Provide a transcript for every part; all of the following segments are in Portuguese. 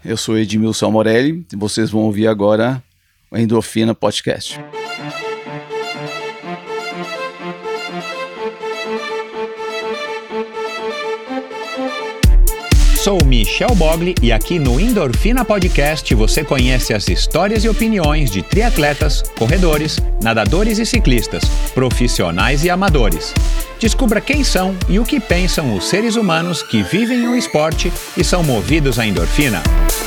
Eu sou Edmilson Amorelli e vocês vão ouvir agora o Endorfina Podcast. Sou Michel Bogli e aqui no Endorfina Podcast você conhece as histórias e opiniões de triatletas, corredores, nadadores e ciclistas, profissionais e amadores. Descubra quem são e o que pensam os seres humanos que vivem o esporte e são movidos à endorfina.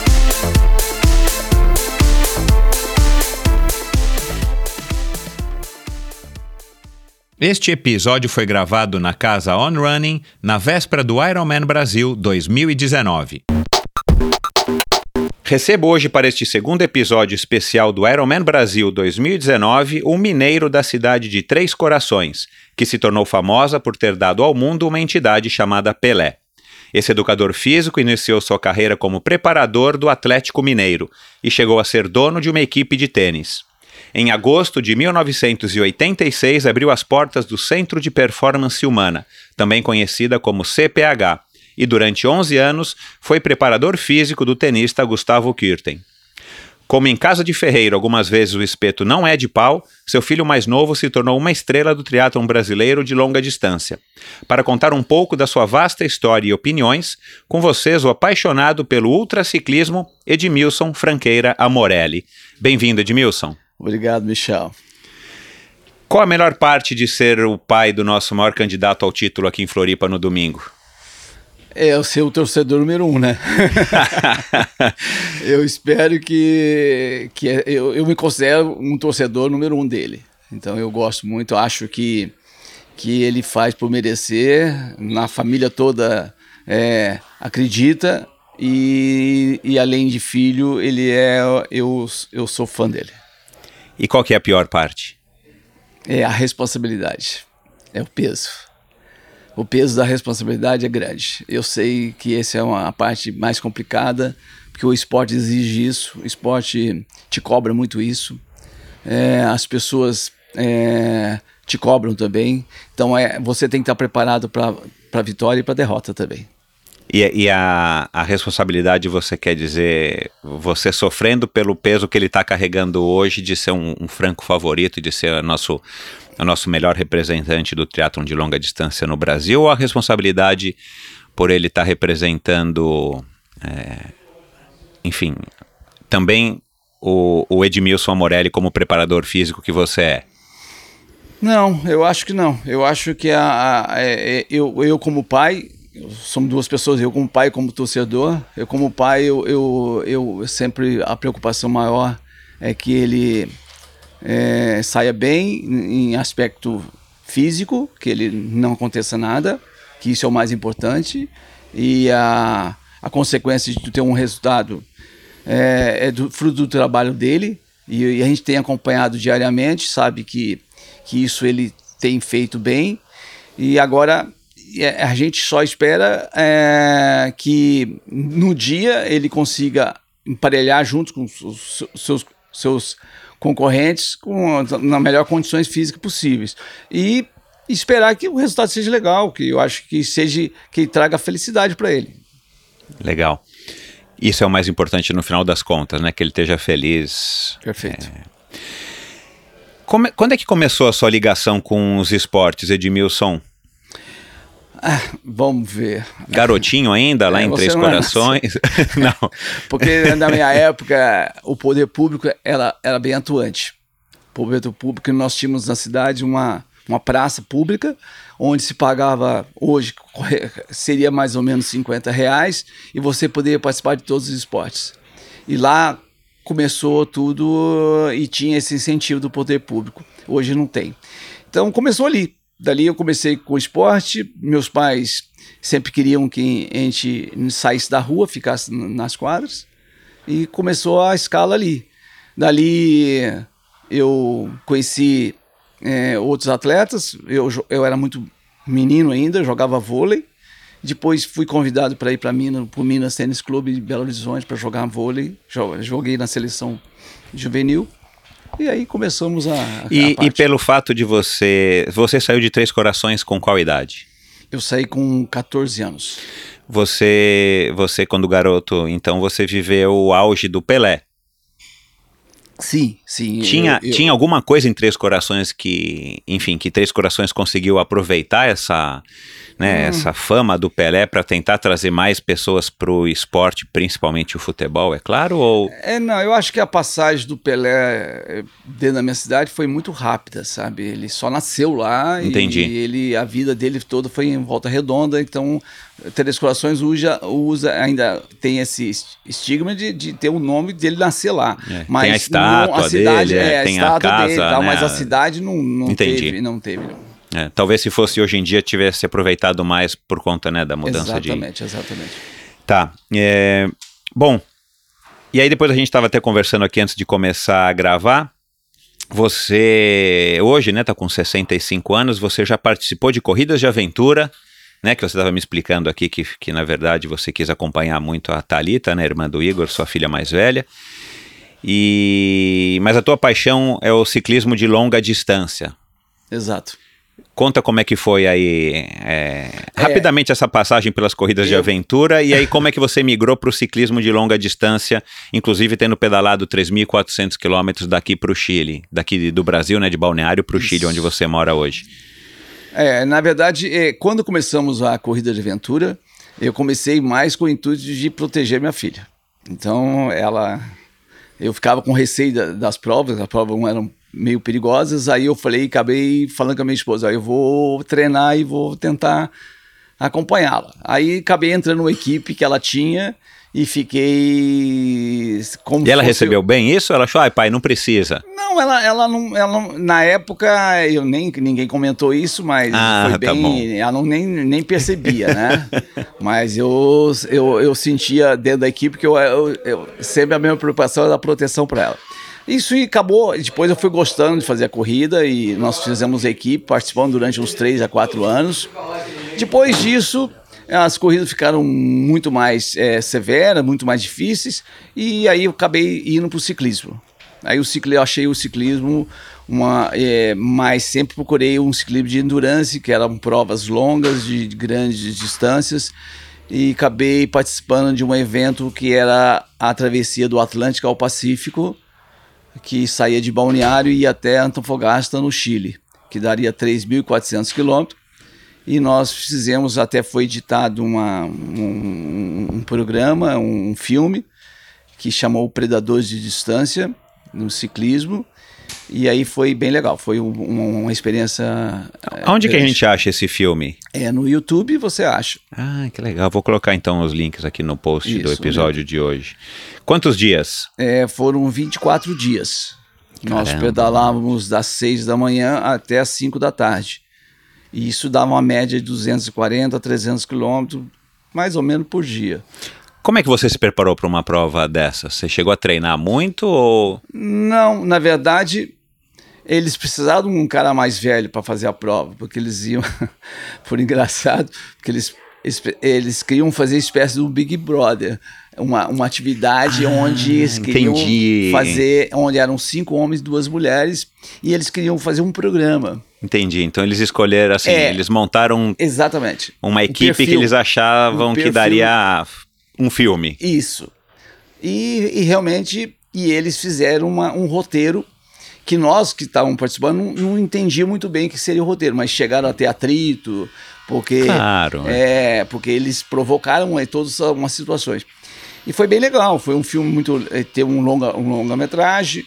Este episódio foi gravado na casa On Running, na véspera do Ironman Brasil 2019. Recebo hoje para este segundo episódio especial do Ironman Brasil 2019 um mineiro da cidade de Três Corações, que se tornou famosa por ter dado ao mundo uma entidade chamada Pelé. Esse educador físico iniciou sua carreira como preparador do Atlético Mineiro e chegou a ser dono de uma equipe de tênis. Em agosto de 1986, abriu as portas do Centro de Performance Humana, também conhecida como CPH, e durante 11 anos foi preparador físico do tenista Gustavo Kuerten. Como em casa de ferreiro algumas vezes o espeto não é de pau, seu filho mais novo se tornou uma estrela do triatlon brasileiro de longa distância. Para contar um pouco da sua vasta história e opiniões, com vocês o apaixonado pelo ultraciclismo, Edmilson Franqueira Amorelli. Bem-vindo, Edmilson. Obrigado, Michel. Qual a melhor parte de ser o pai do nosso maior candidato ao título aqui em Floripa no domingo? É eu ser o torcedor número 1, né? Eu espero eu me considero um torcedor número 1 dele. Então eu gosto muito, acho que ele faz por merecer, na família toda acredita e além de filho, eu sou fã dele. E qual que é a pior parte? É a responsabilidade, é o peso. O peso da responsabilidade é grande. Eu sei que essa é uma parte mais complicada, porque o esporte exige isso, o esporte te cobra muito isso, as pessoas te cobram também, então você tem que estar preparado para a vitória e para a derrota também. E a responsabilidade, você quer dizer, você sofrendo pelo peso que ele está carregando hoje de ser um franco favorito, de ser o nosso melhor representante do triatlon de longa distância no Brasil, ou a responsabilidade por ele estar representando, enfim, também o Edmilson Amorelli como preparador físico que você é? Não, eu acho que não. Eu acho que eu como pai... Somos duas pessoas, eu como pai e como torcedor. Eu como pai, eu sempre, a preocupação maior é que ele saia bem em aspecto físico, que ele não aconteça nada, que isso é o mais importante, e a consequência de ter um resultado é fruto do trabalho dele, e a gente tem acompanhado diariamente, sabe que isso ele tem feito bem, e agora... a gente só espera que no dia ele consiga emparelhar junto com os seus concorrentes nas melhores condições físicas possíveis. E esperar que o resultado seja legal, que eu acho que traga felicidade para ele. Legal. Isso é o mais importante no final das contas, né? Que ele esteja feliz. Perfeito. Quando é que começou a sua ligação com os esportes, Edmilson? Vamos ver. Garotinho ainda, lá em Três Corações? Não. Porque na minha época, o poder público era bem atuante. O poder público, nós tínhamos na cidade uma praça pública, onde se pagava, hoje, seria mais ou menos R$50, e você poderia participar de todos os esportes. E lá começou tudo e tinha esse incentivo do poder público. Hoje não tem. Então começou ali. Dali eu comecei com o esporte, meus pais sempre queriam que a gente saísse da rua, ficasse nas quadras, e começou a escala ali. Dali eu conheci outros atletas, eu era muito menino ainda, jogava vôlei, depois fui convidado para ir para o Minas Tênis Clube de Belo Horizonte para jogar vôlei, joguei na seleção juvenil. E aí começamos a parte. E pelo fato de você saiu de Três Corações com qual idade? Eu saí com 14 anos. Você quando garoto, então você viveu o auge do Pelé. Sim. Tinha alguma coisa em Três Corações que Três Corações conseguiu aproveitar essa fama do Pelé para tentar trazer mais pessoas para o esporte, principalmente o futebol, é claro? Ou... Não, eu acho que a passagem do Pelé dentro da minha cidade foi muito rápida, sabe? Ele só nasceu lá. Entendi. E a vida dele toda foi em Volta Redonda, então Três Corações ainda tem esse estigma de ter o nome dele nascer lá. Mas tem a estátua dele, tem a casa, dele, tal, mas a cidade não teve. Não. Talvez se fosse hoje em dia tivesse aproveitado mais por conta, né, da mudança Exatamente. Tá. Bom, e aí depois a gente estava até conversando aqui antes de começar a gravar. Você hoje, né, tá com 65 anos, você já participou de corridas de aventura, né, que você estava me explicando aqui que na verdade você quis acompanhar muito a Thalita, né, irmã do Igor, sua filha mais velha. Mas a tua paixão é o ciclismo de longa distância. Exato. Conta como é que foi aí, rapidamente essa passagem pelas corridas de aventura, e aí como é que você migrou para o ciclismo de longa distância, inclusive tendo pedalado 3.400 quilômetros daqui para o Chile, daqui do Brasil, né, de Balneário para o Chile, onde você mora hoje. Na verdade, quando começamos a corrida de aventura, eu comecei mais com o intuito de proteger minha filha. Então, eu ficava com receio das provas, as provas eram meio perigosas, aí acabei falando com a minha esposa, eu vou treinar e vou tentar acompanhá-la. Aí acabei entrando numa equipe que ela tinha e fiquei... E ela recebeu bem isso? Ela achou, pai, não precisa. Não, ela não, na época ninguém comentou isso, mas foi bem, tá bom. Ela nem percebia, né? Mas eu sentia dentro da equipe que eu sempre a minha preocupação era a proteção para ela. Isso acabou, depois eu fui gostando de fazer a corrida e nós fizemos a equipe, participando durante uns 3 a 4 anos. Depois disso, as corridas ficaram muito mais severas, muito mais difíceis, e aí eu acabei indo para o ciclismo. Aí eu achei o ciclismo, mas sempre procurei um ciclismo de endurance, que eram provas longas, de grandes distâncias, e acabei participando de um evento que era a travessia do Atlântico ao Pacífico, que saía de Balneário e ia até Antofagasta, no Chile, que daria 3.400 quilômetros. E nós fizemos, até foi editado um programa, um filme, que chamou Predadores de Distância, no ciclismo. E aí foi bem legal, foi uma experiência... Onde que a gente acha esse filme? No YouTube você acha. Que legal, vou colocar então os links aqui no post do episódio de hoje. Quantos dias? Foram 24 dias. Caramba. Nós pedalávamos das 6 da manhã até as 5 da tarde. E isso dava uma média de 240 a 300 quilômetros, mais ou menos por dia. Como é que você se preparou para uma prova dessa? Você chegou a treinar muito ou... Não, na verdade, eles precisavam de um cara mais velho para fazer a prova, porque eles iam, por engraçado, porque eles queriam fazer espécie do Big Brother, uma atividade onde eles queriam fazer, onde eram 5 homens e 2 mulheres, e eles queriam fazer um programa. Entendi, então eles escolheram assim, eles montaram exatamente uma equipe que eles achavam que daria um filme. Isso. E realmente, eles fizeram um roteiro que nós que estávamos participando não entendíamos muito bem o que seria o roteiro, mas chegaram a ter atrito, porque, claro, porque eles provocaram todas umas situações. E foi bem legal, foi um filme muito... Teve um longa-metragem,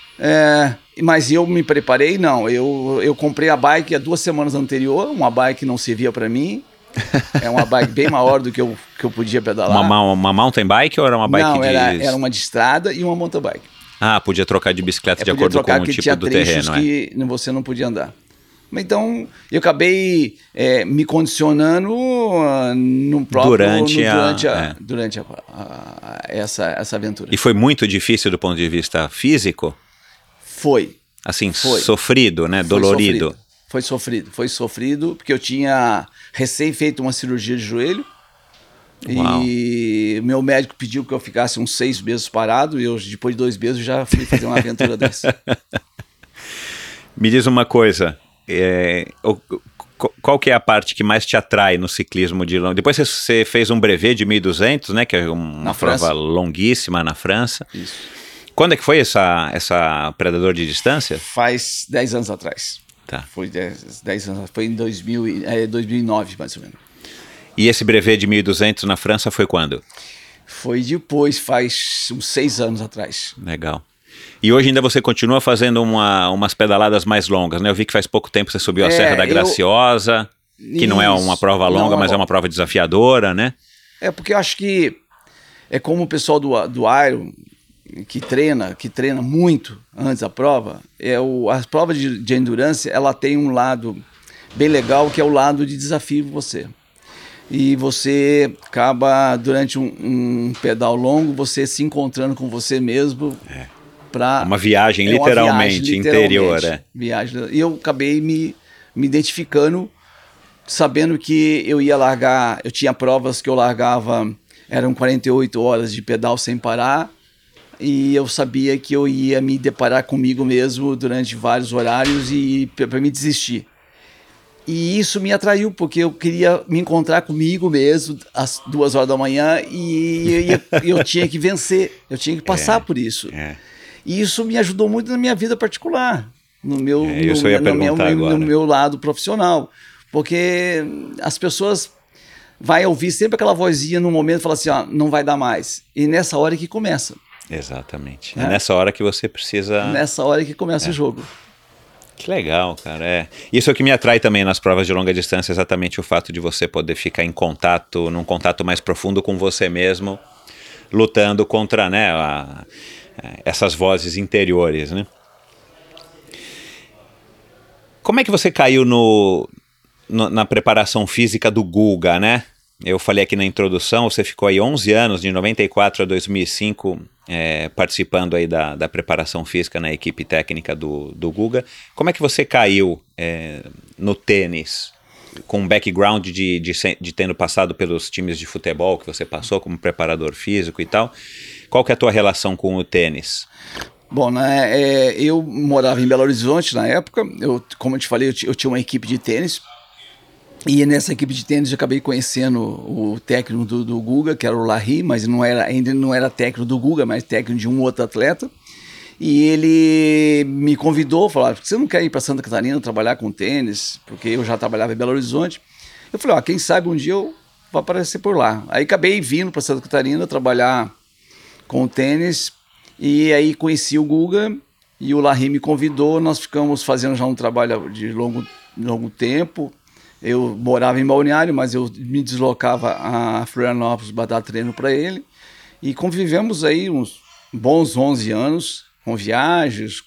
mas eu me preparei, não. Eu comprei a bike há 2 semanas anterior, uma bike que não servia para mim. É uma bike bem maior do que eu podia pedalar. Uma mountain bike ou era uma bike não, era uma de estrada e uma mountain bike. Podia trocar de bicicleta de acordo com o tipo do terreno. Que você não podia andar. Então, eu acabei me condicionando durante essa aventura. E foi muito difícil do ponto de vista físico? Foi. Assim, sofrido, né? Dolorido. Foi sofrido, porque eu tinha recém feito uma cirurgia de joelho. Uau. E meu médico pediu que eu ficasse uns 6 meses parado, e eu, depois de 2 meses, já fui fazer uma aventura dessa. Me diz uma coisa, Qual que é a parte que mais te atrai no ciclismo de longa? Depois você fez um brevet de 1.200, né? Que é uma prova longuíssima na França. Isso. Quando é que foi essa Predador de Distância? Faz 10 anos atrás. Tá. Foi 10 anos, foi em 2009, mais ou menos. E esse brevet de 1.200 na França foi quando? Foi depois, faz uns 6 anos atrás. Legal. E hoje ainda você continua fazendo umas pedaladas mais longas, né? Eu vi que faz pouco tempo você subiu a Serra da Graciosa, que não é uma prova longa, mas é uma prova desafiadora, né? É porque eu acho que é como o pessoal do Iron, que treina muito antes da prova, as provas de endurance, ela tem um lado bem legal, que é o lado de desafio você. E você acaba, durante um pedal longo, você se encontrando com você mesmo. Uma viagem, literalmente, interior. E eu acabei me identificando, sabendo que eu ia largar, eu tinha provas que eu largava, eram 48 horas de pedal sem parar, e eu sabia que eu ia me deparar comigo mesmo durante vários horários e para me desistir. E isso me atraiu, porque eu queria me encontrar comigo mesmo às 2 horas da manhã e eu tinha que vencer, eu tinha que passar por isso. E isso me ajudou muito na minha vida particular, no meu lado profissional. Porque as pessoas vão ouvir sempre aquela vozinha no momento e falar assim, ó, não vai dar mais. E nessa hora que começa. Exatamente. É nessa hora que você precisa... Nessa hora que começa o jogo. Que legal, cara. Isso é o que me atrai também nas provas de longa distância, exatamente o fato de você poder ficar num contato mais profundo com você mesmo, lutando contra, né, essas vozes interiores, né? Como é que você caiu na preparação física do Guga, né? Eu falei aqui na introdução, você ficou aí 11 anos, de 94 a 2005, participando aí da preparação física na equipe técnica do Guga. Como é que você caiu no tênis, com um background de tendo passado pelos times de futebol que você passou como preparador físico e tal? Qual que é a tua relação com o tênis? Bom, eu morava em Belo Horizonte na época, como eu te falei, eu tinha uma equipe de tênis, e nessa equipe de tênis eu acabei conhecendo o técnico do Guga, que era o Larry, mas ainda não era técnico do Guga, mas técnico de um outro atleta. E ele me convidou, falou, por que você não quer ir para Santa Catarina trabalhar com tênis? Porque eu já trabalhava em Belo Horizonte. Eu falei, quem sabe um dia eu vou aparecer por lá. Aí acabei vindo para Santa Catarina trabalhar com tênis, e aí conheci o Guga, e o Larry me convidou, nós ficamos fazendo já um trabalho de longo tempo. Eu morava em Balneário, mas eu me deslocava a Florianópolis para dar treino para ele. E convivemos aí uns bons 11 anos, com viagens,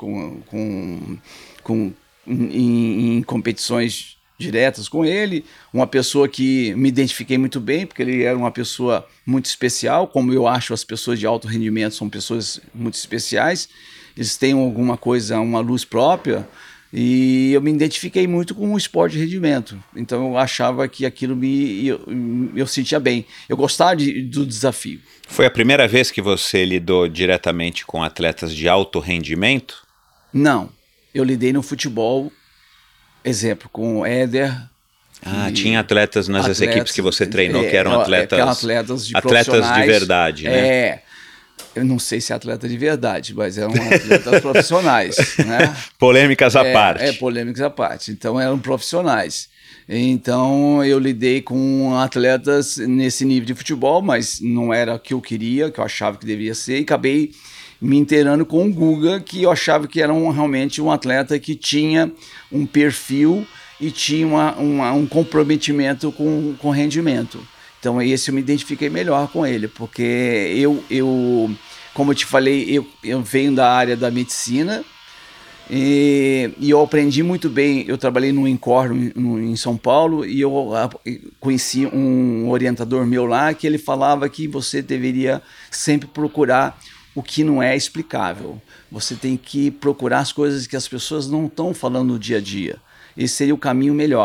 em competições diretas com ele. Uma pessoa que me identifiquei muito bem, porque ele era uma pessoa muito especial, como eu acho as pessoas de alto rendimento são pessoas muito especiais. Eles têm alguma coisa, uma luz própria. E eu me identifiquei muito com o esporte de rendimento. Então eu achava que aquilo eu sentia bem. Eu gostava do desafio. Foi a primeira vez que você lidou diretamente com atletas de alto rendimento? Não. Eu lidei no futebol, exemplo, com o Éder. Tinha atletas nas equipes que você treinou que eram atletas de verdade, né? Eu não sei se é atleta de verdade, mas eram atletas profissionais, né? Polêmicas à parte. Polêmicas à parte. Então eram profissionais. Então eu lidei com atletas nesse nível de futebol, mas não era o que eu queria, que eu achava que deveria ser, e acabei me inteirando com o Guga, que eu achava que era realmente um atleta que tinha um perfil e tinha um comprometimento com rendimento. Então esse eu me identifiquei melhor com ele, porque eu como eu te falei, eu venho da área da medicina e eu aprendi muito bem. Eu trabalhei no Incor em São Paulo e eu conheci um orientador meu lá que ele falava que você deveria sempre procurar o que não é explicável. Você tem que procurar as coisas que as pessoas não estão falando no dia a dia. Esse seria o caminho melhor.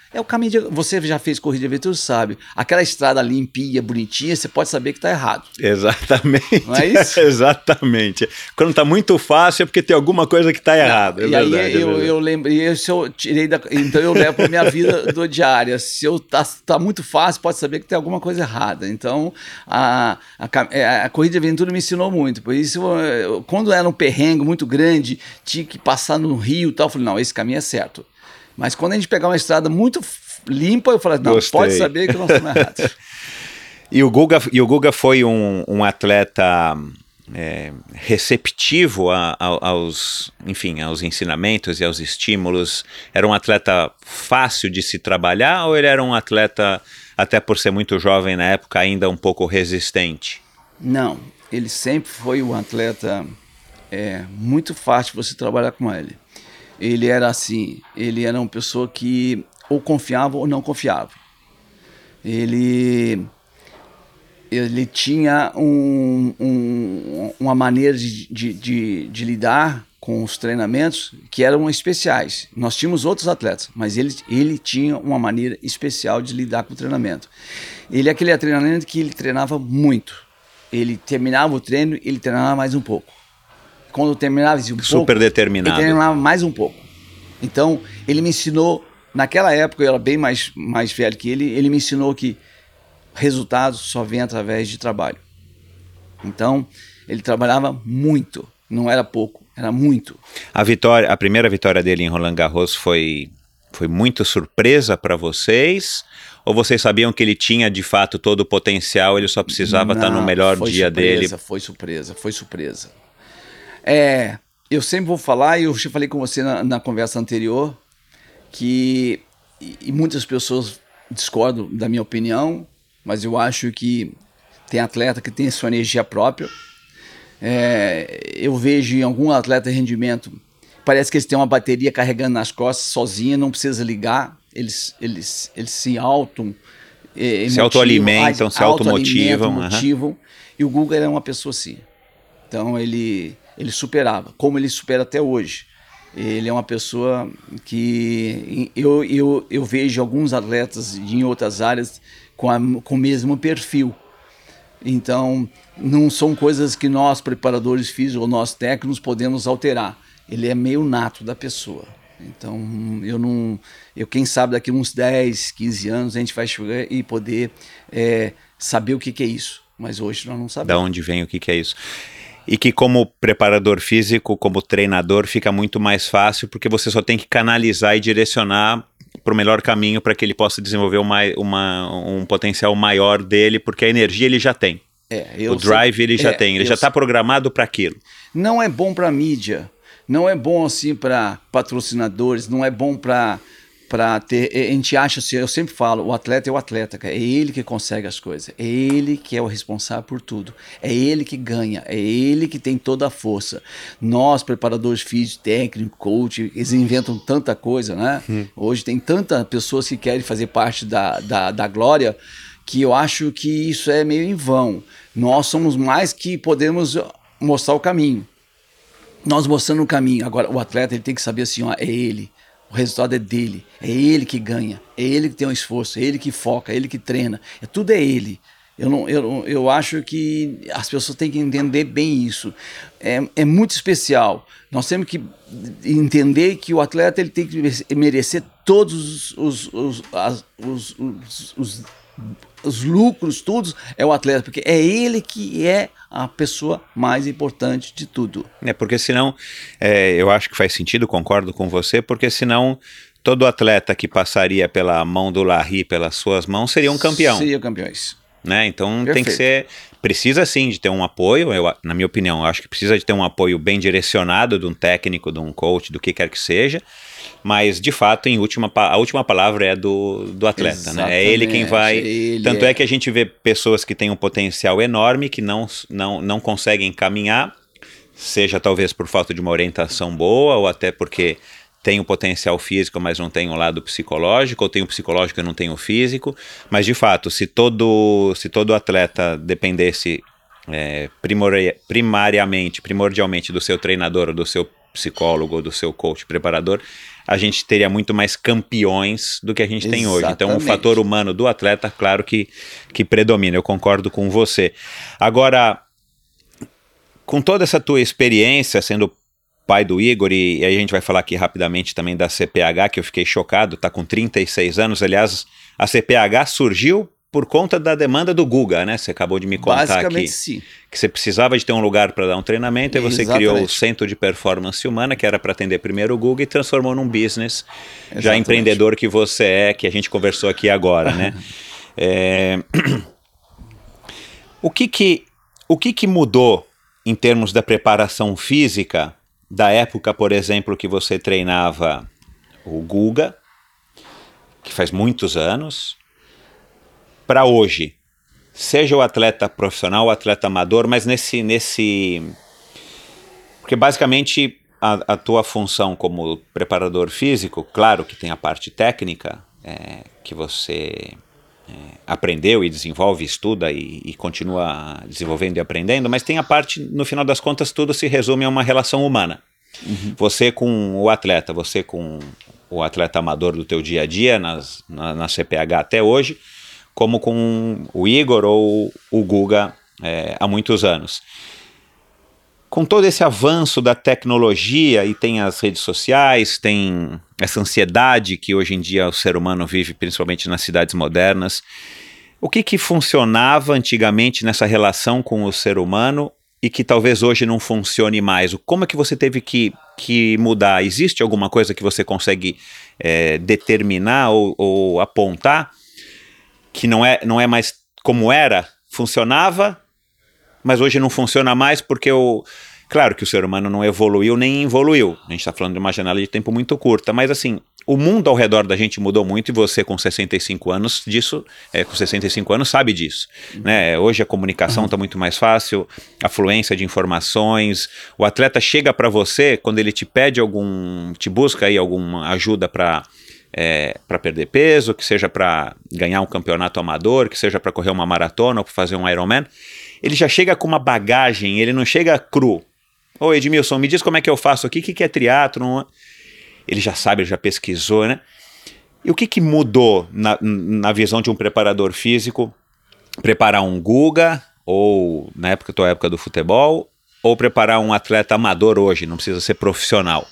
É o caminho você já fez corrida de aventura, sabe? Aquela estrada limpinha, bonitinha, você pode saber que está errado. Exatamente. Não é isso? Exatamente. Quando está muito fácil é porque tem alguma coisa que está errada. E aí eu lembrei, se eu tirei então eu levo para minha vida do diária. Se eu tá muito fácil, pode saber que tem alguma coisa errada. Então a corrida de aventura me ensinou muito. Por isso, quando era um perrengue muito grande, tinha que passar no rio e tal, eu falei, não, esse caminho é certo. Mas quando a gente pegar uma estrada muito limpa, eu falei, não, Gostei. Pode saber que nós estamos errados. E o Guga foi um atleta receptivo aos ensinamentos e aos estímulos? Era um atleta fácil de se trabalhar ou ele era um atleta, até por ser muito jovem na época, ainda um pouco resistente? Não, ele sempre foi um atleta muito fácil de você trabalhar com ele. Ele era assim, ele era uma pessoa que ou confiava ou não confiava. Ele tinha uma maneira de lidar com os treinamentos que eram especiais. Nós tínhamos outros atletas, mas ele tinha uma maneira especial de lidar com o treinamento. Ele é aquele treinamento que ele treinava muito. Ele terminava o treino, ele treinava mais um pouco. Quando terminava super determinado. Ele treinava mais um pouco. Então, ele me ensinou, naquela época eu era bem mais velho que ele me ensinou que resultados só vêm através de trabalho. Então, ele trabalhava muito, não era pouco, era muito. A primeira vitória dele em Roland Garros foi muito surpresa para vocês? Ou vocês sabiam que ele tinha de fato todo o potencial, ele só precisava estar no melhor dia dele? Foi surpresa. Eu sempre vou falar, e eu já falei com você na conversa anterior, que e muitas pessoas discordam da minha opinião, mas eu acho que tem atleta que tem sua energia própria. Eu vejo em algum atleta de rendimento, parece que eles têm uma bateria carregando nas costas sozinha, não precisa ligar, eles se autoalimentam, se automotivam. Motivam, e o Guga era uma pessoa assim. Então ele superava, como ele supera até hoje. Ele é uma pessoa que eu vejo alguns atletas em outras áreas com o mesmo perfil. Então, não são coisas que nós, preparadores físicos ou nós técnicos, podemos alterar. Ele é meio nato da pessoa. Então, quem sabe daqui uns 10, 15 anos a gente vai chegar e poder saber o que é isso. Mas hoje nós não sabemos. Da onde vem o que é isso? E que como preparador físico, como treinador, fica muito mais fácil, porque você só tem que canalizar e direcionar para o melhor caminho para que ele possa desenvolver um potencial maior dele, porque a energia ele já tem. O drive ele já tem, ele já está programado para aquilo. Não é bom para mídia, não é bom assim para patrocinadores, não é bom para ter. A gente acha assim, eu sempre falo, o atleta é o atleta, é ele que consegue as coisas, é ele que é o responsável por tudo, é ele que ganha, é ele que tem toda a força. Nós, preparadores físicos, técnicos, coach, eles inventam tanta coisa, né? Hoje tem tantas pessoas que querem fazer parte da glória, que eu acho que isso é meio em vão. Nós somos mais que podemos mostrar o caminho. Nós mostrando o caminho. Agora, o atleta ele tem que saber assim, ó, é ele. O resultado é dele, é ele que ganha, é ele que tem um esforço, é ele que foca, é ele que treina, tudo é ele. Eu acho que as pessoas têm que entender bem isso. É muito especial. Nós temos que entender que o atleta ele tem que merecer todos os lucros, tudo é o atleta, porque é ele que é a pessoa mais importante de tudo. Porque senão, eu acho que faz sentido, concordo com você, porque senão todo atleta que passaria pela mão do Larry, pelas suas mãos, seria um campeão. Seria campeões. Então Perfeito. Tem que ser, precisa sim de ter um apoio, na minha opinião, eu acho que precisa de ter um apoio bem direcionado de um técnico, de um coach, do que quer que seja, mas de fato a última palavra é do atleta. Exatamente. Né? É ele quem vai, tanto é que a gente vê pessoas que têm um potencial enorme, que não conseguem caminhar, seja talvez por falta de uma orientação boa, ou até porque tem o potencial físico, mas não tem o lado psicológico, ou tem o psicológico e não tem o físico. Mas, de fato, se todo atleta dependesse primordialmente do seu treinador, ou do seu psicólogo, ou do seu coach preparador, a gente teria muito mais campeões do que a gente tem hoje. Então, o Exatamente. fator humano do atleta, claro que predomina, eu concordo com você. Agora, com toda essa tua experiência sendo pai do Igor, e aí a gente vai falar aqui rapidamente também da CPH, que eu fiquei chocado, tá com 36 anos, aliás, a CPH surgiu por conta da demanda do Guga, né? Você acabou de me contar Basicamente, aqui sim. que você precisava de ter um lugar para dar um treinamento, e você Exatamente. criou o Centro de Performance Humana, que era para atender primeiro o Guga, e transformou num business já Exatamente. empreendedor que você é, que a gente conversou aqui agora, né? O que mudou em termos da preparação física da época, por exemplo, que você treinava o Guga, que faz muitos anos, para hoje? Seja o atleta profissional, o atleta amador, mas porque basicamente a tua função como preparador físico, claro que tem a parte técnica, que você aprendeu e desenvolve, estuda e continua desenvolvendo e aprendendo, mas tem a parte, no final das contas, tudo se resume a uma relação humana. Uhum. Você com o atleta, você com o atleta amador do teu dia a dia, na CPH até hoje, como com o Igor ou o Guga há muitos anos. Com todo esse avanço da tecnologia, e tem as redes sociais, tem essa ansiedade que hoje em dia o ser humano vive, principalmente nas cidades modernas, o que funcionava antigamente nessa relação com o ser humano e que talvez hoje não funcione mais? Como é que você teve que mudar? Existe alguma coisa que você consegue determinar ou apontar que não é mais como era? Funcionava, mas hoje não funciona mais porque claro que o ser humano não evoluiu nem involuiu. A gente está falando de uma janela de tempo muito curta, mas assim, o mundo ao redor da gente mudou muito, e você com 65 anos sabe disso. Né? Hoje a comunicação está muito mais fácil, a fluência de informações, o atleta chega para você quando ele te pede te busca aí alguma ajuda para perder peso, que seja para ganhar um campeonato amador, que seja para correr uma maratona ou para fazer um Ironman. Ele já chega com uma bagagem, ele não chega cru. Ô Edmilson, me diz como é que eu faço aqui, o que é triatlon? Ele já sabe, ele já pesquisou, né? E o que mudou na visão de um preparador físico? Preparar um Guga, ou na tua época do futebol, ou preparar um atleta amador hoje, não precisa ser profissional?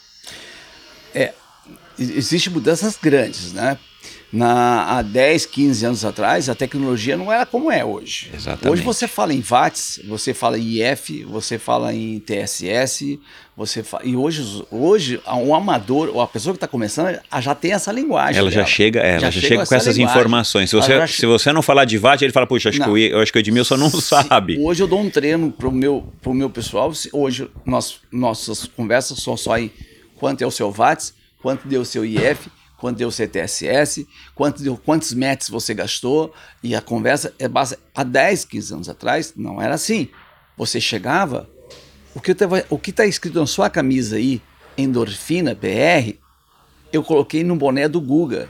Existem mudanças grandes, né? Há 10, 15 anos atrás, a tecnologia não era como é hoje. Exatamente. Hoje você fala em watts, você fala em IF, você fala em TSS, e hoje o amador, ou a pessoa que está começando, já tem essa linguagem. Ela já chega com essas linguagem. informações. Se você não falar de watt, ele fala, puxa, eu acho que o Edmilson não sabe. Hoje eu dou um treino pro meu pessoal. Hoje nossas conversas são só em quanto é o seu watts, quanto deu o seu IF, quanto deu o seu TSS, quantos metros você gastou, e a conversa há 10, 15 anos atrás não era assim. Você chegava, o que está escrito na sua camisa aí, endorfina BR, eu coloquei no boné do Guga,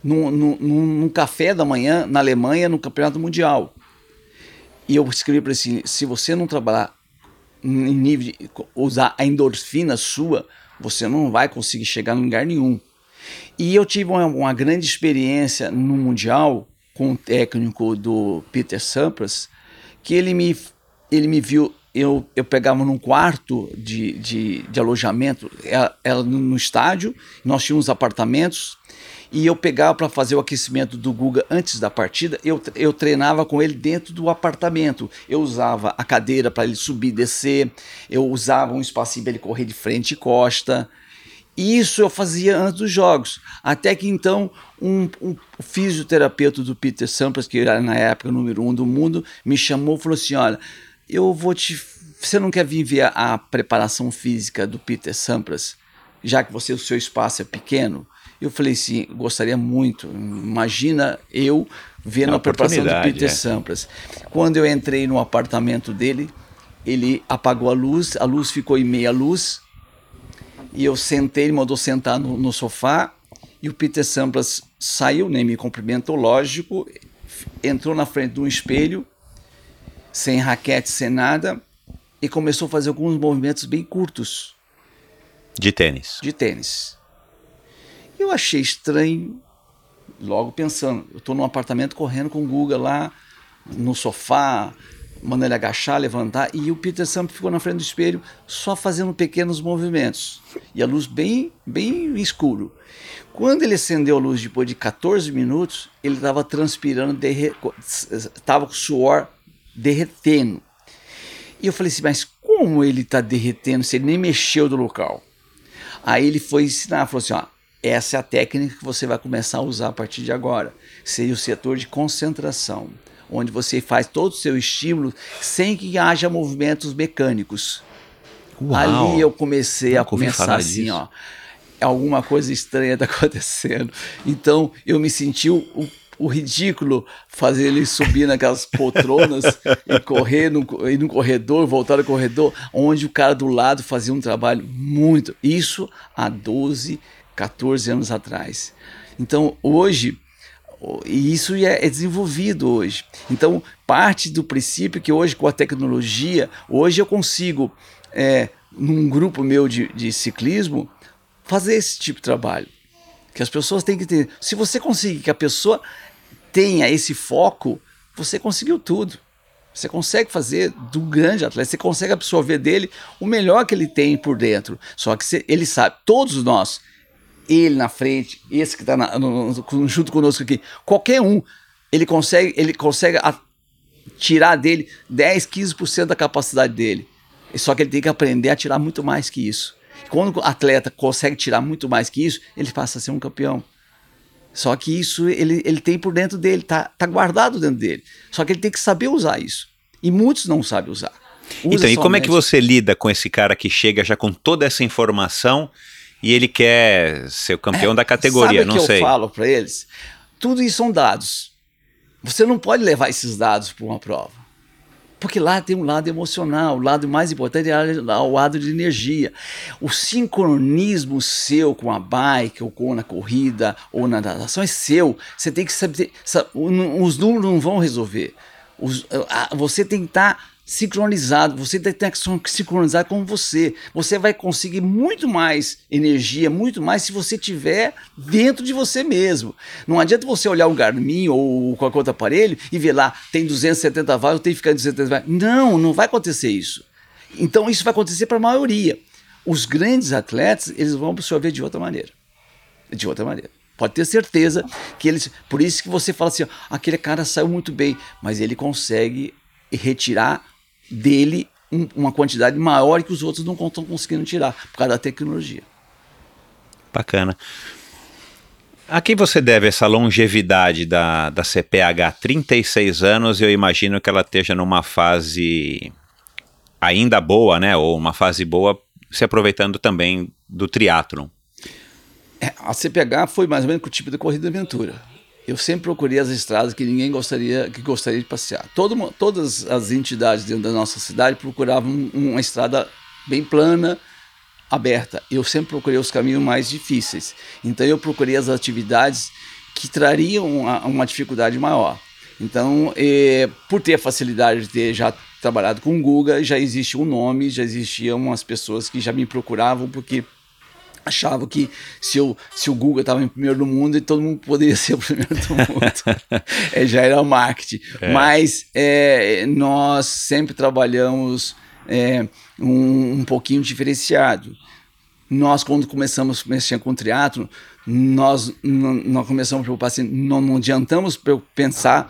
num café da manhã na Alemanha, no Campeonato Mundial. E eu escrevi para ele assim, se você não trabalhar em nível de usar a endorfina sua, você não vai conseguir chegar em lugar nenhum. E eu tive uma grande experiência no Mundial com o técnico do Peter Sampras, que ele me viu, eu pegava num quarto de alojamento, ela no estádio, nós tínhamos apartamentos, e eu pegava para fazer o aquecimento do Guga antes da partida, eu treinava com ele dentro do apartamento. Eu usava a cadeira para ele subir e descer, eu usava um espacinho para ele correr de frente e costa. Isso eu fazia antes dos jogos, até que então um fisioterapeuta do Peter Sampras, que era na época o número 1 do mundo, me chamou e falou assim, olha, você não quer vir ver a preparação física do Peter Sampras, já que o seu espaço é pequeno? Eu falei assim, gostaria muito, imagina eu vendo a preparação do Peter Sampras. Quando eu entrei no apartamento dele, ele apagou a luz ficou em meia luz, e eu sentei, ele mandou sentar no sofá, e o Peter Sampras saiu, nem me cumprimentou, lógico, entrou na frente de um espelho, sem raquete, sem nada, e começou a fazer alguns movimentos bem curtos. De tênis. De tênis. Eu achei estranho, logo pensando, eu estou num apartamento correndo com o Guga lá no sofá, mandando ele agachar, levantar, e o Peter sempre ficou na frente do espelho só fazendo pequenos movimentos, e a luz bem escuro. Quando ele acendeu a luz depois de 14 minutos, ele estava transpirando, estava com o suor derretendo. E eu falei assim, mas como ele está derretendo se ele nem mexeu do local? Aí ele foi ensinar, falou assim, ó, essa é a técnica que você vai começar a usar a partir de agora. Seria o setor de concentração, onde você faz todo o seu estímulo sem que haja movimentos mecânicos. Uau, ali eu comecei a ouvi pensar falar assim, disso. ó, alguma coisa estranha está acontecendo. Então eu me senti o ridículo fazer ele subir naquelas poltronas e correr ir no corredor, voltar no corredor, onde o cara do lado fazia um trabalho muito. Isso há 12, 14 anos atrás. Então hoje, e isso é desenvolvido hoje. Então parte do princípio que hoje com a tecnologia, hoje eu consigo, num grupo meu de ciclismo, fazer esse tipo de trabalho. Que as pessoas têm que ter. Se você conseguir que a pessoa tenha esse foco, você conseguiu tudo. Você consegue fazer do grande atleta, você consegue absorver dele o melhor que ele tem por dentro. Só que ele sabe, todos nós, ele na frente, esse que está junto conosco aqui, qualquer um, ele consegue tirar dele 10, 15% da capacidade dele. Só que ele tem que aprender a tirar muito mais que isso. Quando o atleta consegue tirar muito mais que isso, ele passa a ser um campeão. Só que isso ele tem por dentro dele, tá guardado dentro dele. Só que ele tem que saber usar isso. E muitos não sabem usar. Então, e como é que você lida com esse cara que chega já com toda essa informação e ele quer ser o campeão da categoria? Sabe não sei. Eu falo para eles? Tudo isso são dados. Você não pode levar esses dados para uma prova. Porque lá tem um lado emocional, o lado mais importante é o lado de energia. O sincronismo seu com a bike, ou com na corrida, ou na natação é seu. Você tem que saber, os números não vão resolver. Você tem que estar sincronizado, você tem que sincronizar com você. Você vai conseguir muito mais energia, muito mais se você tiver dentro de você mesmo. Não adianta você olhar um Garmin ou qualquer outro aparelho e ver lá, tem 270 watts, eu tenho que ficar em 270 watts. Não vai acontecer isso. Então isso vai acontecer para a maioria. Os grandes atletas, eles vão absorver de outra maneira. De outra maneira. Pode ter certeza que eles... Por isso que você fala assim, ó, aquele cara saiu muito bem, mas ele consegue retirar dele uma quantidade maior que os outros não estão conseguindo tirar, por causa da tecnologia. Bacana. A quem você deve essa longevidade da CPH? 36 anos, eu imagino que ela esteja numa fase ainda boa, né? Ou uma fase boa, se aproveitando também do triatlon. A CPH foi mais ou menos o tipo de corrida de aventura. Eu sempre procurei as estradas que ninguém gostaria de passear. Todas as entidades dentro da nossa cidade procuravam uma estrada bem plana, aberta. Eu sempre procurei os caminhos mais difíceis. Então eu procurei as atividades que trariam uma dificuldade maior. Então, por ter a facilidade de ter já trabalhado com o Guga, já existe um nome, já existiam umas pessoas que já me procuravam, porque achavam que se o Guga estava em primeiro do mundo, todo mundo poderia ser o primeiro do mundo. Já era o marketing. Mas nós sempre trabalhamos um pouquinho diferenciado. Nós, quando começamos a mexer com o triatlo, nós começamos a preocupar assim, não adiantamos pensar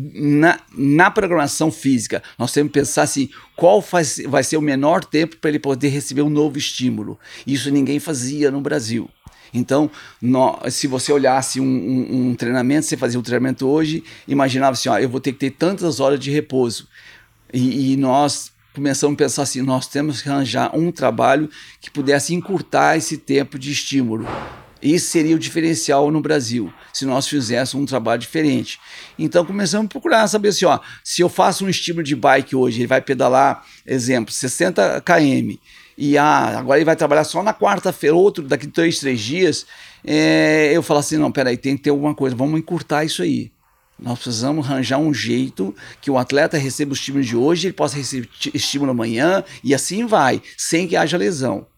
na programação física. Nós temos que pensar assim, qual vai ser o menor tempo para ele poder receber um novo estímulo. Isso ninguém fazia no Brasil. Então, se você olhasse um treinamento, você fazia um treinamento hoje, imaginava assim, eu vou ter que ter tantas horas de repouso. E nós começamos a pensar assim, nós temos que arranjar um trabalho que pudesse encurtar esse tempo de estímulo. Esse seria o diferencial no Brasil, se nós fizéssemos um trabalho diferente. Então começamos a procurar saber assim, se eu faço um estímulo de bike hoje, ele vai pedalar, exemplo, 60 km, e agora ele vai trabalhar só na quarta-feira, outro daqui 3 dias, eu falo assim, não, peraí, tem que ter alguma coisa, vamos encurtar isso aí. Nós precisamos arranjar um jeito que o atleta receba o estímulo de hoje, ele possa receber estímulo amanhã, e assim vai, sem que haja lesão.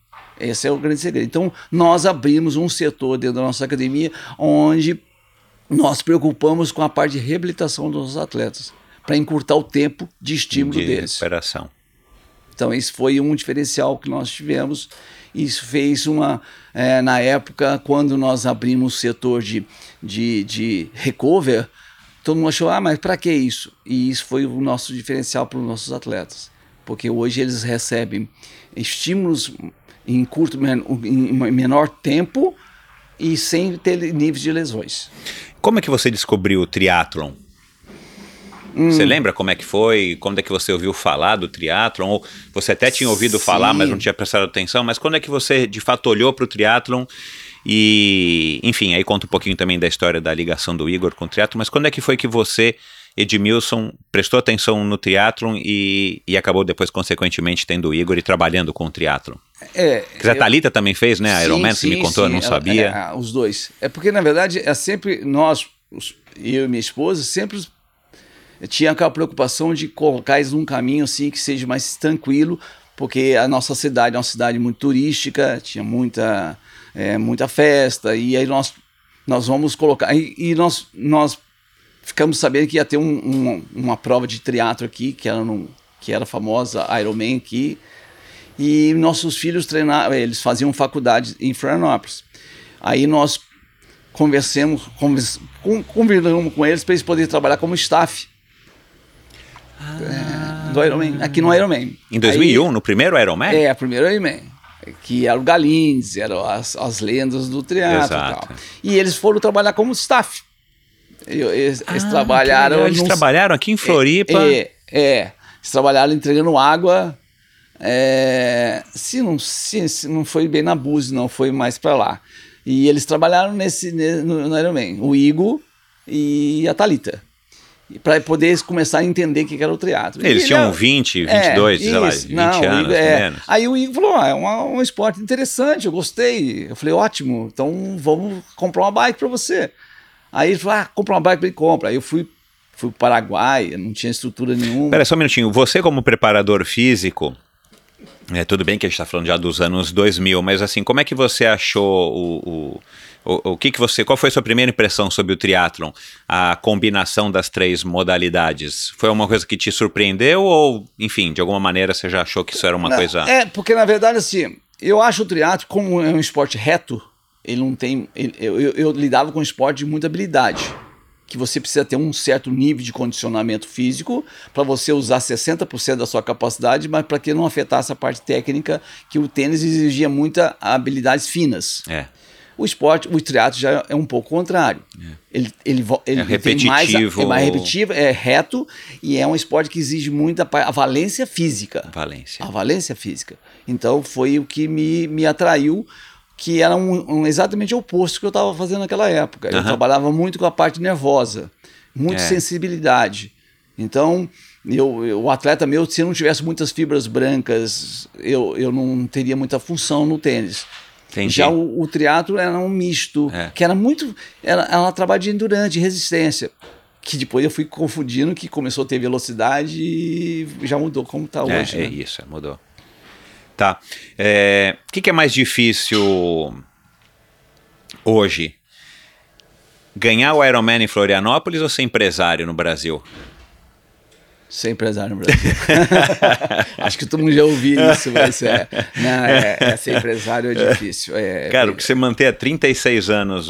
Esse é o grande segredo. Então, nós abrimos um setor dentro da nossa academia onde nós preocupamos com a parte de reabilitação dos nossos atletas, para encurtar o tempo de estímulo deles. Recuperação. Então, esse foi um diferencial que nós tivemos. Isso fez na época, quando nós abrimos o setor de recover, todo mundo achou, mas para que isso? E isso foi o nosso diferencial para os nossos atletas. Porque hoje eles recebem estímulos em menor tempo e sem ter níveis de lesões. Como é que você descobriu o triatlon? Você lembra como é que foi? Quando é que você ouviu falar do triatlon? Ou você até tinha ouvido falar, mas não tinha prestado atenção. Mas quando é que você, de fato, olhou para o triatlon? E, enfim, aí conta um pouquinho também da história da ligação do Igor com o triatlon. Mas quando é que foi que você, Edmilson, prestou atenção no triatlon e acabou depois, consequentemente, tendo o Igor e trabalhando com o triatlon? A Thalita também fez, né? A Ironman, você me contou, eu não sabia. Os dois. É porque, na verdade, sempre nós, eu e minha esposa, sempre tinha aquela preocupação de colocar eles num caminho assim que seja mais tranquilo, porque a nossa cidade é uma cidade muito turística, tinha muita festa, e aí nós vamos colocar... E nós ficamos sabendo que ia ter uma prova de triatlo aqui, que era famosa, Ironman aqui, e nossos filhos treinavam, eles faziam faculdade em Florianópolis. Aí nós convidamos com eles para eles poderem trabalhar como staff do Ironman, aqui no Ironman. Em 2001, no primeiro Ironman? Primeiro Ironman. Que era o Galindes, eram as lendas do triatlo e tal. E eles foram trabalhar como staff. Eles trabalharam... Eles trabalharam aqui em Floripa. Eles trabalharam entregando água. Se não foi bem na Búzios, não, foi mais para lá. E eles trabalharam no Ironman, o Igor e a Thalita, para poder começar a entender o que era o triatlo. Eles tinham 20, 22, sei lá, 20 anos, menos. Aí o Igor falou, é um esporte interessante, eu gostei. Eu falei, ótimo, então vamos comprar uma bike para você. Aí ele falou, compra uma bike para ele, compra. Aí eu fui para o Paraguai, não tinha estrutura nenhuma. Pera só um minutinho, você como preparador físico, tudo bem que a gente está falando já dos anos 2000, mas assim, como é que você achou qual foi a sua primeira impressão sobre o triatlon? A combinação das três modalidades, foi uma coisa que te surpreendeu ou, enfim, de alguma maneira você já achou que isso era uma coisa... Porque na verdade assim, eu acho o triatlo, como é um esporte reto, ele não tem... Eu lidava com um esporte de muita habilidade, que você precisa ter um certo nível de condicionamento físico para você usar 60% da sua capacidade, mas para que não afetasse a parte técnica, que o tênis exigia muitas habilidades finas. O triatlo já é um pouco contrário. Ele é repetitivo. É mais repetitivo, é reto, e é um esporte que exige muita a valência física. A valência física. Então foi o que me atraiu, que era exatamente o oposto que eu estava fazendo naquela época. Eu trabalhava muito com a parte nervosa, muita sensibilidade. Então, o atleta meu, se eu não tivesse muitas fibras brancas, eu não teria muita função no tênis. Entendi. Já o triatlo era um misto, que era muito... Era trabalho de endurance, de resistência, que depois eu fui confundindo, que começou a ter velocidade e já mudou como está hoje. Isso, mudou. Tá. O que é mais difícil hoje? Ganhar o Ironman em Florianópolis ou ser empresário no Brasil? Ser empresário no Brasil. Acho que todo mundo já ouviu isso, mas ser empresário é difícil. Cara, porque você manter há 36 anos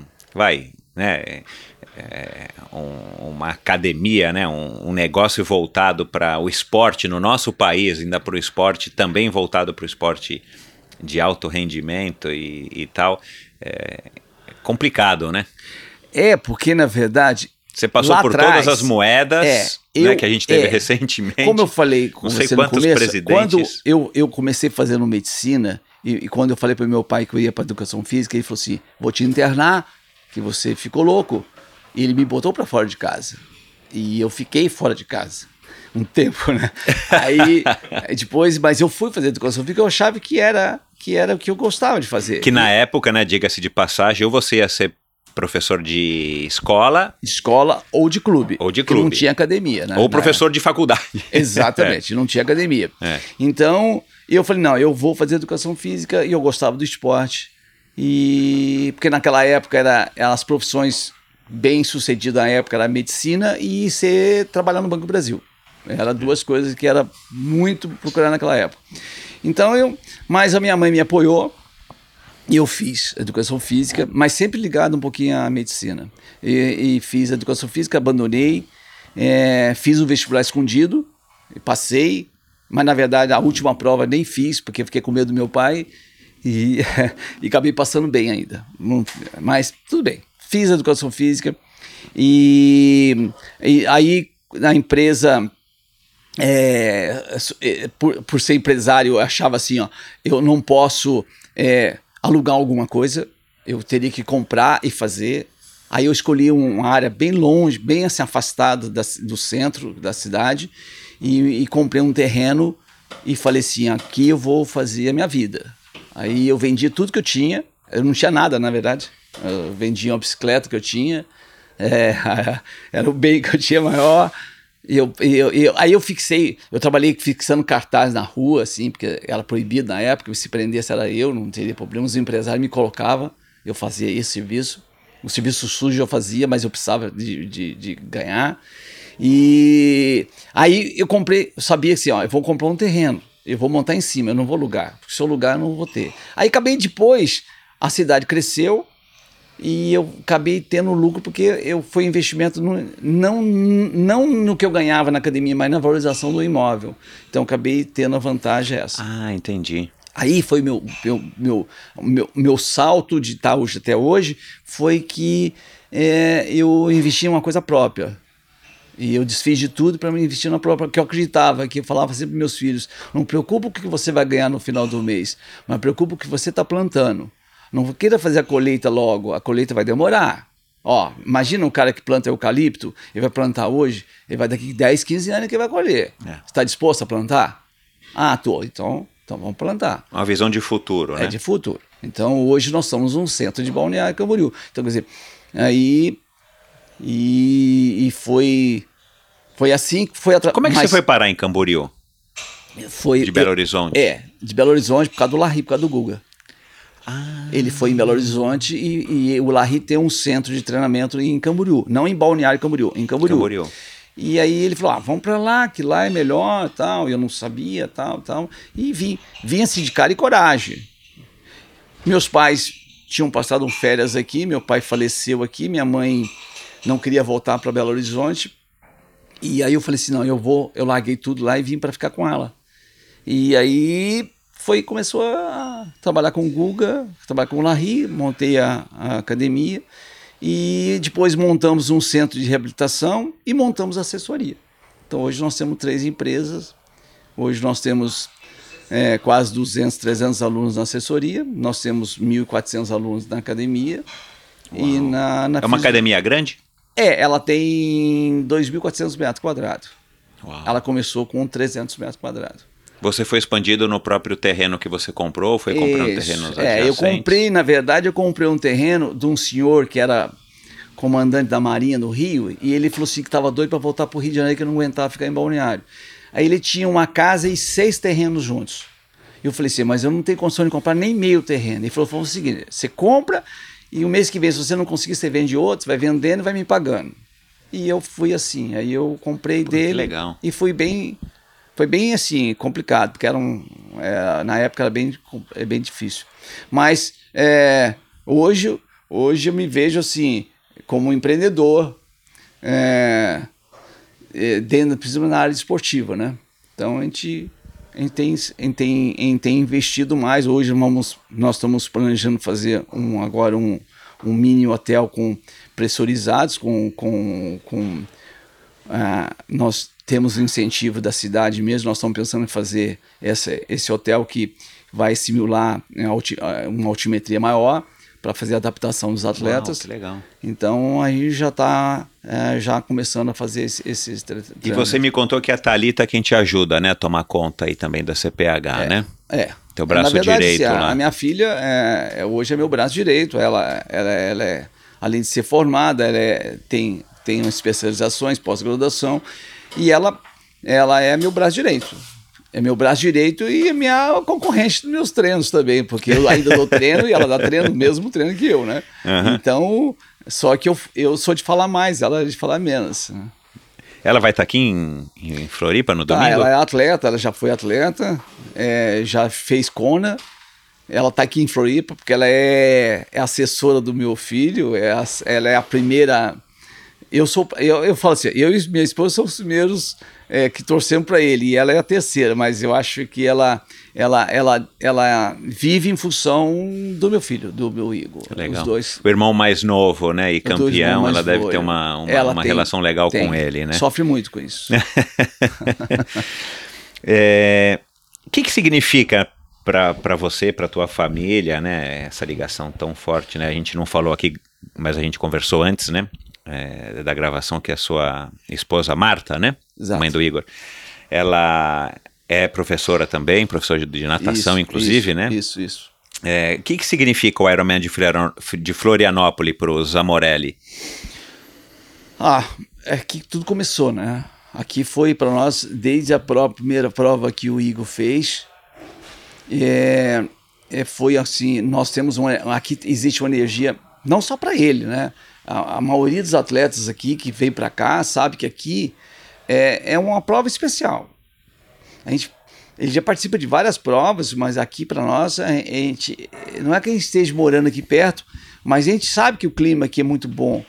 uma academia, né, um negócio voltado para o esporte no nosso país, ainda para o esporte também voltado para o esporte de alto rendimento e tal, é complicado, né? Porque na verdade... Você passou por todas as moedas que a gente teve recentemente. Como eu falei com você no começo, presidentes. quando eu comecei fazendo medicina, e quando eu falei para meu pai que eu ia para educação física, ele falou assim, vou te internar, que você ficou louco. E ele me botou para fora de casa. E eu fiquei fora de casa um tempo, né? Aí depois, mas eu fui fazer educação física, eu achava que era o que eu gostava de fazer. Que na época, né, diga-se de passagem, ou você ia ser Professor de escola. Escola ou de clube. Ou de porque clube. não tinha academia, né? Ou professor de faculdade. Exatamente, não tinha academia. Então, eu falei, não, eu vou fazer educação física e eu gostava do esporte. E porque naquela época eram as profissões bem sucedidas na época, era a medicina e trabalhar no Banco do Brasil. Eram duas coisas que era muito procurar naquela época. Então, mas a minha mãe me apoiou. E eu fiz educação física, mas sempre ligado um pouquinho à medicina. E fiz educação física, abandonei, fiz o vestibular escondido, passei, mas na verdade a última prova nem fiz, porque fiquei com medo do meu pai e acabei passando bem ainda. Mas tudo bem, fiz educação física e aí na empresa... por ser empresário, eu achava assim, ó, eu não posso... alugar alguma coisa, eu teria que comprar e fazer. Aí eu escolhi uma área bem longe, bem assim afastada do centro da cidade e comprei um terreno e falei assim, aqui eu vou fazer a minha vida. Aí eu vendi tudo que eu tinha, eu não tinha nada na verdade, eu vendi uma bicicleta que eu tinha, era o bem que eu tinha maior. Aí eu trabalhei fixando cartaz na rua, assim, porque era proibido na época, se prendesse era eu, não teria problema, os empresários me colocavam, eu fazia esse serviço, o serviço sujo eu fazia, mas eu precisava de ganhar, e aí eu sabia assim, ó, eu vou comprar um terreno, eu vou montar em cima, eu não vou alugar, porque se eu alugar eu não vou ter. Aí acabei depois, a cidade cresceu, e eu acabei tendo lucro porque foi investimento não no que eu ganhava na academia, mas na valorização do imóvel. Então acabei tendo a vantagem essa. Ah, entendi. Aí foi meu salto de estar hoje até hoje, foi que eu investi em uma coisa própria. E eu desfiz de tudo para me investir na própria, que eu acreditava, que eu falava sempre para meus filhos, não preocupa o que você vai ganhar no final do mês, mas preocupa o que você está plantando. Não queira fazer a colheita logo, a colheita vai demorar. Ó, imagina um cara que planta eucalipto, ele vai plantar hoje, ele vai daqui 10, 15 anos que ele vai colher. Você está disposto a plantar? Ah, tô. Então vamos plantar. Uma visão de futuro, né? É de futuro. Então hoje nós somos um centro de Balneário Camboriú. Então quer dizer, aí foi assim que foi atrás. Como é que você foi parar em Camboriú? De Belo Horizonte? De Belo Horizonte por causa do Larry, por causa do Guga. Ele foi em Belo Horizonte e o Larry tem um centro de treinamento em Camboriú, não em Balneário Camboriú, em Camboriú. E aí ele falou, vamos para lá, que lá é melhor, tal. Eu não sabia, tal. E vim assim de cara e coragem. Meus pais tinham passado férias aqui, meu pai faleceu aqui, minha mãe não queria voltar para Belo Horizonte. E aí eu falei assim, não, eu larguei tudo lá e vim para ficar com ela. E aí começou a trabalhar com o Guga, trabalhar com o Larry, montei a academia e depois montamos um centro de reabilitação e montamos a assessoria. Então hoje nós temos 3 empresas, hoje nós temos quase 200, 300 alunos na assessoria, nós temos 1.400 alunos na academia. E é uma academia grande? Ela tem 2.400 metros quadrados. Uau. Ela começou com 300 metros quadrados. Você foi expandido no próprio terreno que você comprou ou foi comprando terrenos adjacentes? Na verdade, eu comprei um terreno de um senhor que era comandante da Marinha no Rio, e ele falou assim que estava doido para voltar para o Rio de Janeiro, que não aguentava ficar em Balneário. Aí ele tinha uma casa e 6 terrenos juntos. Eu falei assim, mas eu não tenho condição de comprar nem meio terreno. Ele falou o seguinte, você compra e o mês que vem, se você não conseguir, você vende outro, você vai vendendo e vai me pagando. E eu fui assim, aí eu comprei dele. Que legal. E foi bem assim, complicado, porque na época era bem difícil. Mas hoje eu me vejo assim, como empreendedor, principalmente na área esportiva, né? Então a gente tem investido mais. Hoje nós estamos planejando fazer agora um mini hotel com pressurizados, nós temos incentivo da cidade mesmo, nós estamos pensando em fazer esse hotel que vai simular uma altimetria maior para fazer a adaptação dos atletas. Uau, que legal. Então aí já está já começando a fazer esses E você me contou que a Thalita é quem te ajuda, né, a tomar conta aí também da CPH, né? Teu braço na verdade, direito lá. A minha filha hoje é meu braço direito, ela é além de ser formada, tem especializações, pós-graduação, e ela é meu braço direito. É meu braço direito e é minha concorrente dos meus treinos também, porque eu ainda dou treino e ela dá treino, o mesmo treino que eu, né? Uhum. Então, só que eu sou de falar mais, ela é de falar menos. Ela vai estar aqui em Floripa no domingo? Ela é atleta, ela já foi atleta, já fez Kona. Ela está aqui em Floripa porque ela é assessora do meu filho, ela é a primeira. Eu falo assim, eu e minha esposa somos os primeiros que torcemos para ele, e ela é a terceira, mas eu acho que ela vive em função do meu filho, do meu Igor. Legal. Os dois. O irmão mais novo, né, e campeão, ela deve ter uma relação legal tem, com ele, né? Sofre muito com isso. O que significa para você, para tua família, né, essa ligação tão forte, né? A gente não falou aqui, mas a gente conversou antes, né? Da gravação, que a sua esposa Marta, né? Exato. Mãe do Igor. Ela é professora também, professora de natação, isso, inclusive, né? Isso. O que significa o Ironman de Florianópolis para os Zamorelli? É que tudo começou, né? Aqui foi para nós, desde a primeira prova que o Igor fez, foi assim, nós temos aqui existe uma energia, não só para ele, né? A maioria dos atletas aqui que vem para cá sabe que aqui é uma prova especial. Ele já participa de várias provas, mas aqui para nós, não é que a gente esteja morando aqui perto, mas a gente sabe que o clima aqui é muito bom.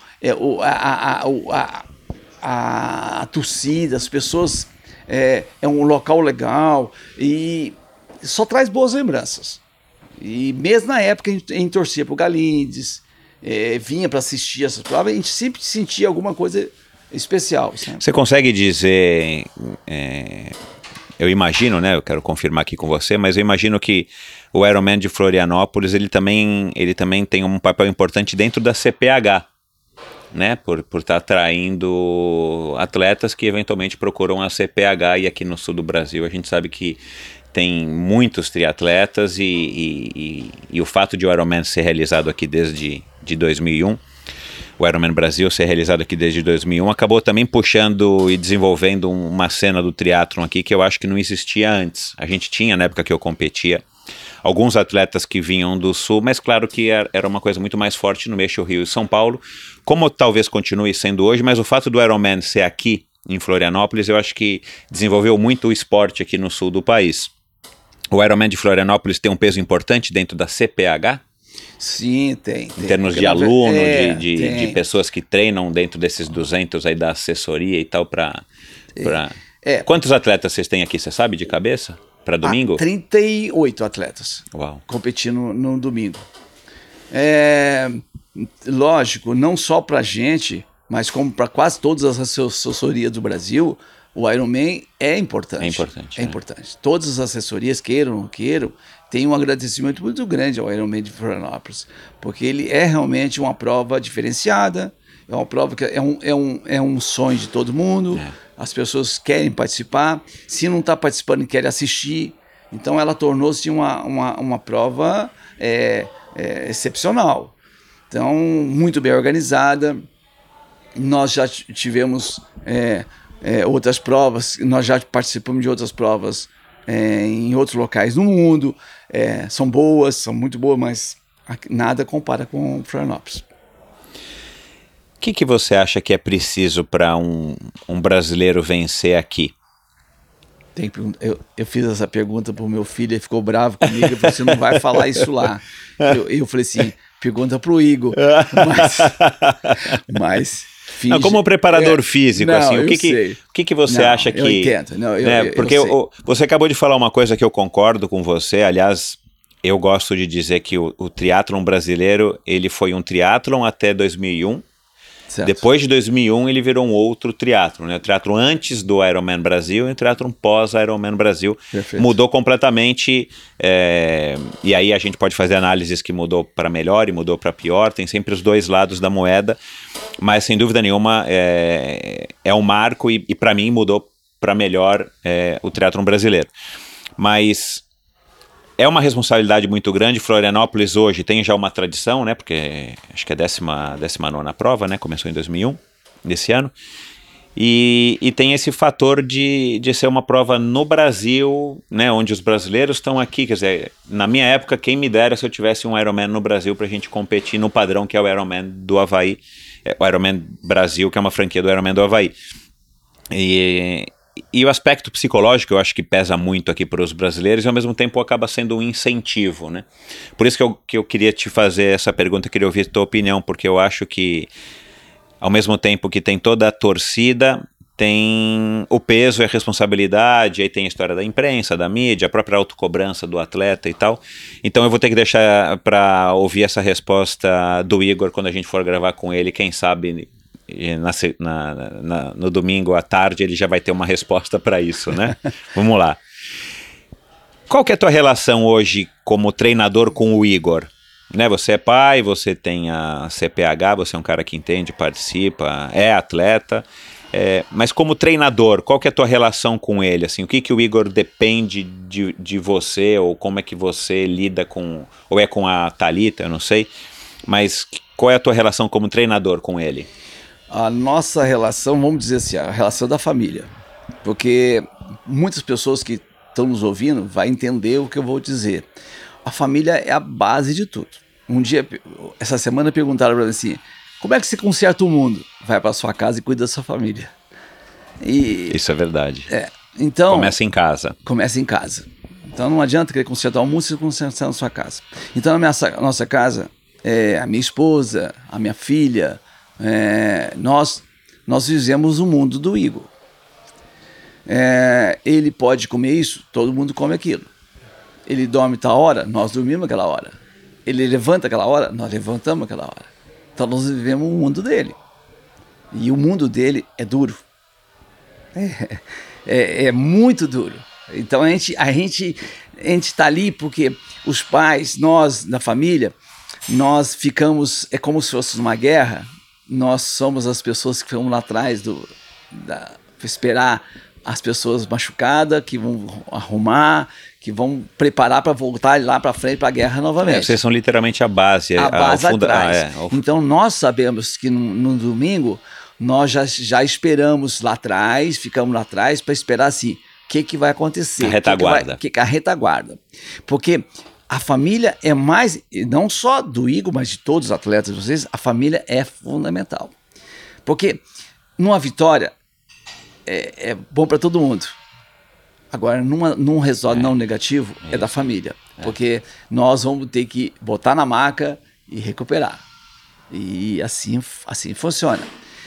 A torcida, as pessoas, é um local legal e só traz boas lembranças. E mesmo na época a gente torcia para o Galindes, vinha para assistir essas provas, a gente sempre sentia alguma coisa especial. Sabe? Você consegue dizer, eu imagino, né, eu quero confirmar aqui com você, mas eu imagino que o Ironman de Florianópolis, ele também tem um papel importante dentro da CPH, né, por estar atraindo atletas que eventualmente procuram a CPH, e aqui no sul do Brasil a gente sabe que tem muitos triatletas e o fato de o Ironman ser realizado aqui desde 2001, o Ironman Brasil ser realizado aqui desde 2001, acabou também puxando e desenvolvendo uma cena do triatlon aqui que eu acho que não existia antes. A gente tinha, na época que eu competia, alguns atletas que vinham do sul, mas claro que era uma coisa muito mais forte no eixo Rio e São Paulo, como talvez continue sendo hoje, mas o fato do Ironman ser aqui em Florianópolis, eu acho que desenvolveu muito o esporte aqui no sul do país. O Ironman de Florianópolis tem um peso importante dentro da CPH? Sim, tem. Em termos de aluno, de pessoas que treinam dentro desses 200 aí da assessoria e tal Quantos atletas vocês têm aqui, você sabe, de cabeça? Para domingo? 38 atletas. Uau. Competindo no domingo. Lógico, não só pra gente, mas como para quase todas as assessorias do Brasil, o Ironman é importante. É importante. Todas as assessorias, queiram ou não queiram, têm um agradecimento muito grande ao Ironman de Florianópolis, porque ele é realmente uma prova diferenciada, é uma prova que é um sonho de todo mundo, as pessoas querem participar, se não está participando, querem assistir, então ela tornou-se uma prova excepcional. Então, muito bem organizada. Nós já tivemos outras provas, nós já participamos de outras provas em outros locais no mundo, são boas, são muito boas, mas nada compara com Florianópolis. O que você acha que é preciso para um brasileiro vencer aqui? Eu fiz essa pergunta para o meu filho, ele ficou bravo comigo, ele falou, você não vai falar isso lá. Eu falei assim, pergunta para o Igor, mas finge. Não, como preparador físico, não, assim, o que você acha que... Eu entendo. Porque você acabou de falar uma coisa que eu concordo com você, aliás, eu gosto de dizer que o triatlon brasileiro, ele foi um triatlon até 2001, certo. Depois de 2001 ele virou um outro triatlon, né? O triatlon antes do Ironman Brasil e o triatlon pós Ironman Brasil. Perfeito. Mudou completamente, e aí a gente pode fazer análises que mudou para melhor e mudou para pior, tem sempre os dois lados da moeda, mas sem dúvida nenhuma é um marco e para mim mudou para melhor o triatlon brasileiro. Mas é uma responsabilidade muito grande. Florianópolis hoje tem já uma tradição, né? Porque acho que é a 19ª prova, né? Começou em 2001, nesse ano. E tem esse fator de ser uma prova no Brasil, né? Onde os brasileiros estão aqui. Quer dizer, na minha época, quem me dera se eu tivesse um Ironman no Brasil pra gente competir no padrão que é o Ironman do Havaí. O Ironman Brasil, que é uma franquia do Ironman do Havaí. E o aspecto psicológico eu acho que pesa muito aqui para os brasileiros e ao mesmo tempo acaba sendo um incentivo, né? Por isso que eu queria te fazer essa pergunta, queria ouvir a tua opinião, porque eu acho que ao mesmo tempo que tem toda a torcida, tem o peso e a responsabilidade, aí tem a história da imprensa, da mídia, a própria autocobrança do atleta e tal. Então eu vou ter que deixar para ouvir essa resposta do Igor quando a gente for gravar com ele, quem sabe no domingo à tarde ele já vai ter uma resposta para isso, né? Vamos lá. Qual que é a tua relação hoje como treinador com o Igor? Né? Você é pai, você tem a CPH, você é um cara que entende, participa, é atleta, mas como treinador, qual que é a tua relação com ele? Assim, o que o Igor depende de você, ou como é que você lida com, ou é com a Thalita, eu não sei, mas qual é a tua relação como treinador com ele? A nossa relação, vamos dizer assim, a relação da família. Porque muitas pessoas que estão nos ouvindo vão entender o que eu vou dizer. A família é a base de tudo. Um dia, essa semana, perguntaram para mim assim, como é que você conserta o mundo? Vai para sua casa e cuida da sua família. Isso é verdade. Então, começa em casa. Começa em casa. Então não adianta querer consertar o mundo se você consertar na sua casa. Então na nossa casa, a minha esposa, a minha filha... nós vivemos o mundo do Igor. Ele pode comer isso, todo mundo come aquilo. Ele dorme tal hora, nós dormimos aquela hora. Ele levanta aquela hora, nós levantamos aquela hora. Então nós vivemos o mundo dele. E o mundo dele é duro. É muito duro. Então a gente tá ali porque os pais, nós, da família, nós ficamos, é como se fosse uma guerra. Nós somos as pessoas que ficamos lá atrás para esperar as pessoas machucadas, que vão arrumar, que vão preparar para voltar lá para frente para a guerra novamente. Vocês são literalmente a base. A base atrás. Então nós sabemos que no domingo nós já esperamos lá atrás, ficamos lá atrás para esperar assim, o que vai acontecer. A retaguarda. A retaguarda. Porque... a família é mais, não só do Igor, mas de todos os atletas de vocês, a família é fundamental. Porque numa vitória é bom para todo mundo. Agora, num resultado não negativo, é da família. Porque nós vamos ter que botar na maca e recuperar. E assim funciona.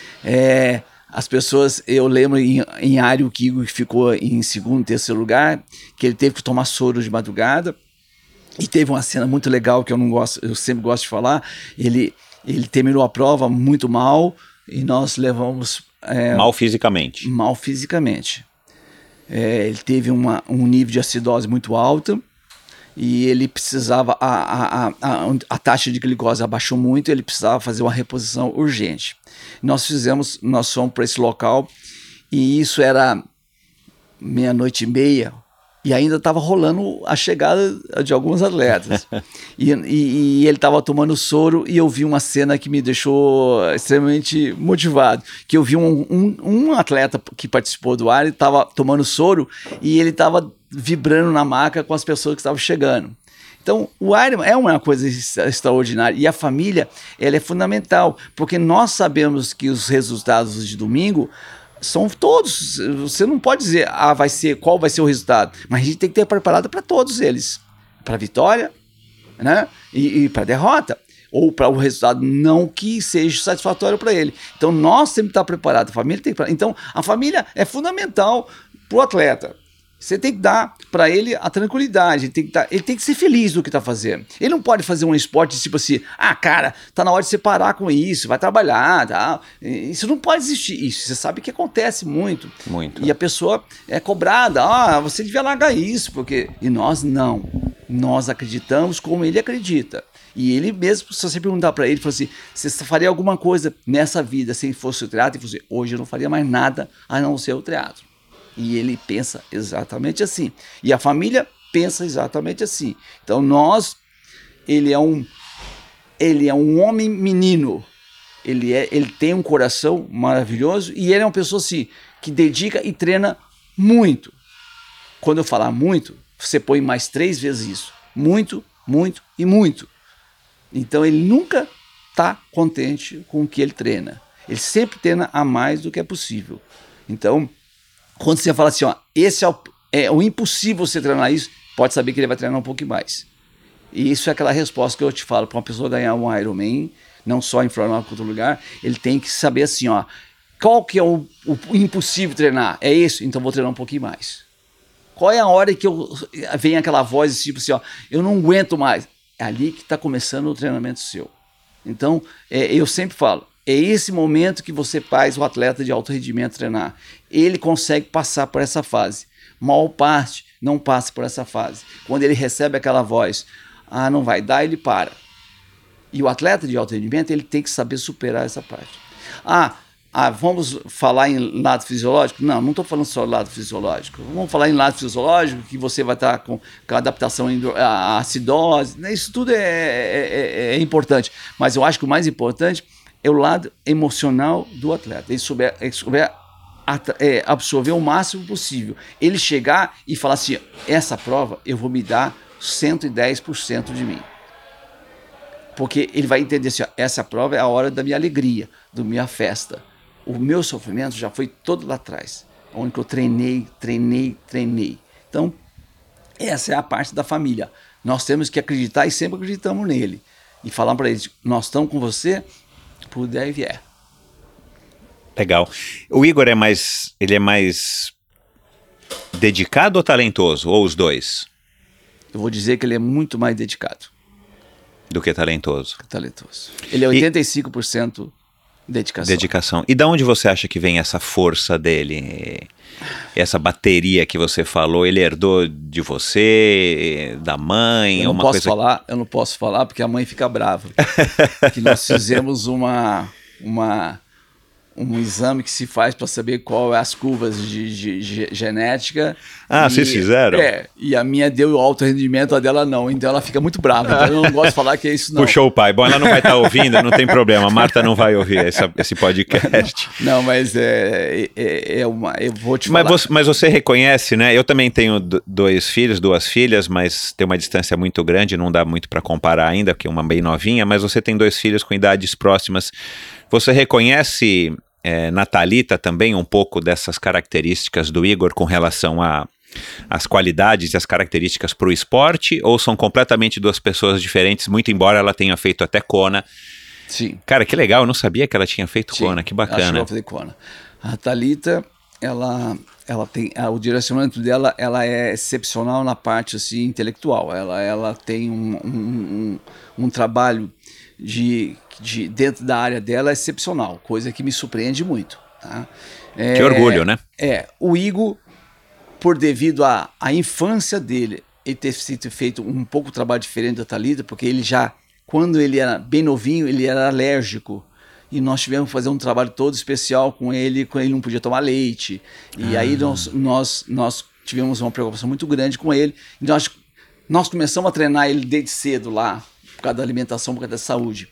As pessoas, eu lembro em Ario, que Igor ficou em segundo, terceiro lugar, que ele teve que tomar soro de madrugada. E teve uma cena muito legal que eu sempre gosto de falar. Ele terminou a prova muito mal e nós levamos... mal fisicamente. Mal fisicamente. Ele teve um nível de acidose muito alto e ele precisava... A taxa de glicose abaixou muito e ele precisava fazer uma reposição urgente. Nós fomos para esse local e isso era 00:30, e ainda estava rolando a chegada de alguns atletas. e ele estava tomando soro e eu vi uma cena que me deixou extremamente motivado. Que eu vi um atleta que participou do Iron, estava tomando soro e ele estava vibrando na maca com as pessoas que estavam chegando. Então, o Iron é uma coisa extraordinária e a família ela é fundamental, porque nós sabemos que os resultados de domingo são todos, você não pode dizer qual vai ser o resultado, mas a gente tem que ter preparado para todos eles, para a vitória, né? E para a derrota, ou para o resultado não que seja satisfatório para ele. Então nós temos que estar preparados, a família tem que estar. Então a família é fundamental para o atleta. Você tem que dar para ele a tranquilidade, ele tem que ser feliz do que está fazendo. Ele não pode fazer um esporte tipo assim, cara, tá na hora de você parar com isso, vai trabalhar, tá? Isso não pode existir. Isso você sabe que acontece muito. Muito. E a pessoa é cobrada, você devia largar isso, porque... E nós não. Nós acreditamos como ele acredita. E ele mesmo, se você perguntar para ele, fala assim, você faria alguma coisa nessa vida se fosse o teatro? Ele falou assim, hoje eu não faria mais nada a não ser o teatro. E ele pensa exatamente assim. E a família pensa exatamente assim. Então ele é um homem menino. Ele tem um coração maravilhoso e ele é uma pessoa assim, que dedica e treina muito. Quando eu falar muito, você põe mais 3 vezes isso. Muito, muito e muito. Então ele nunca está contente com o que ele treina. Ele sempre treina a mais do que é possível. Então, quando você fala assim, ó, esse é o impossível você treinar isso, pode saber que ele vai treinar um pouco mais. E isso é aquela resposta que eu te falo, para uma pessoa ganhar um Ironman, não só em Florianópolis, em outro lugar, ele tem que saber assim, ó, qual que é o impossível treinar? É isso? Então vou treinar um pouquinho mais. Qual é a hora que vem aquela voz tipo assim, ó, eu não aguento mais? É ali que está começando o treinamento seu. Então, eu sempre falo, é esse momento que você faz o atleta de alto rendimento treinar. Ele consegue passar por essa fase. Maior parte não passa por essa fase. Quando ele recebe aquela voz, não vai dar, ele para. E o atleta de alto rendimento, ele tem que saber superar essa parte. Vamos falar em lado fisiológico? Não estou falando só lado fisiológico. Vamos falar em lado fisiológico, que você vai estar com adaptação à acidose. Isso tudo é importante. Mas eu acho que o mais importante é o lado emocional do atleta. Ele souber absorver o máximo possível. Ele chegar e falar assim, essa prova eu vou me dar 110% de mim. Porque ele vai entender assim, essa prova é a hora da minha alegria, da minha festa. O meu sofrimento já foi todo lá atrás, onde eu treinei. Então, essa é a parte da família. Nós temos que acreditar e sempre acreditamos nele. E falar para eles, nós estamos com você, por der e vier. Legal. O Igor é mais dedicado ou talentoso? Ou os dois? Eu vou dizer que ele é muito mais dedicado. Do que talentoso? Ele é 85% dedicação. E da onde você acha que vem essa força dele? Essa bateria que você falou, ele herdou de você, da mãe? Eu não posso falar porque a mãe fica brava. Que nós fizemos um exame que se faz para saber qual é as curvas de genética. Vocês fizeram? E a minha deu alto rendimento, a dela não. Então ela fica muito brava. Então eu não gosto de falar que é isso não. Puxou o pai. Bom, ela não vai estar ouvindo, não tem problema. A Marta não vai ouvir esse podcast. Não, mas eu vou te falar. Mas você reconhece, né? Eu também tenho 2 filhos, 2 filhas, mas tem uma distância muito grande, não dá muito para comparar ainda, porque uma bem novinha, mas você tem 2 filhos com idades próximas. Você reconhece na Thalita também um pouco dessas características do Igor com relação às qualidades e as características para o esporte, ou são completamente 2 pessoas diferentes, muito embora ela tenha feito até Kona? Sim. Cara, que legal, eu não sabia que ela tinha feito Kona, que bacana. Ela chegou a fazer Kona. A Thalita, ela tem, o direcionamento dela, ela é excepcional na parte assim, intelectual. Ela tem um trabalho dentro da área dela é excepcional, coisa que me surpreende muito. Tá? Que orgulho, né? O Igor, devido à infância dele, ele ter feito um pouco de trabalho diferente da Thalita, porque ele já, quando ele era bem novinho, ele era alérgico. E nós tivemos que fazer um trabalho todo especial com ele, quando ele não podia tomar leite. E aí nós tivemos uma preocupação muito grande com ele. E nós começamos a treinar ele desde cedo lá, por causa da alimentação, por causa da saúde.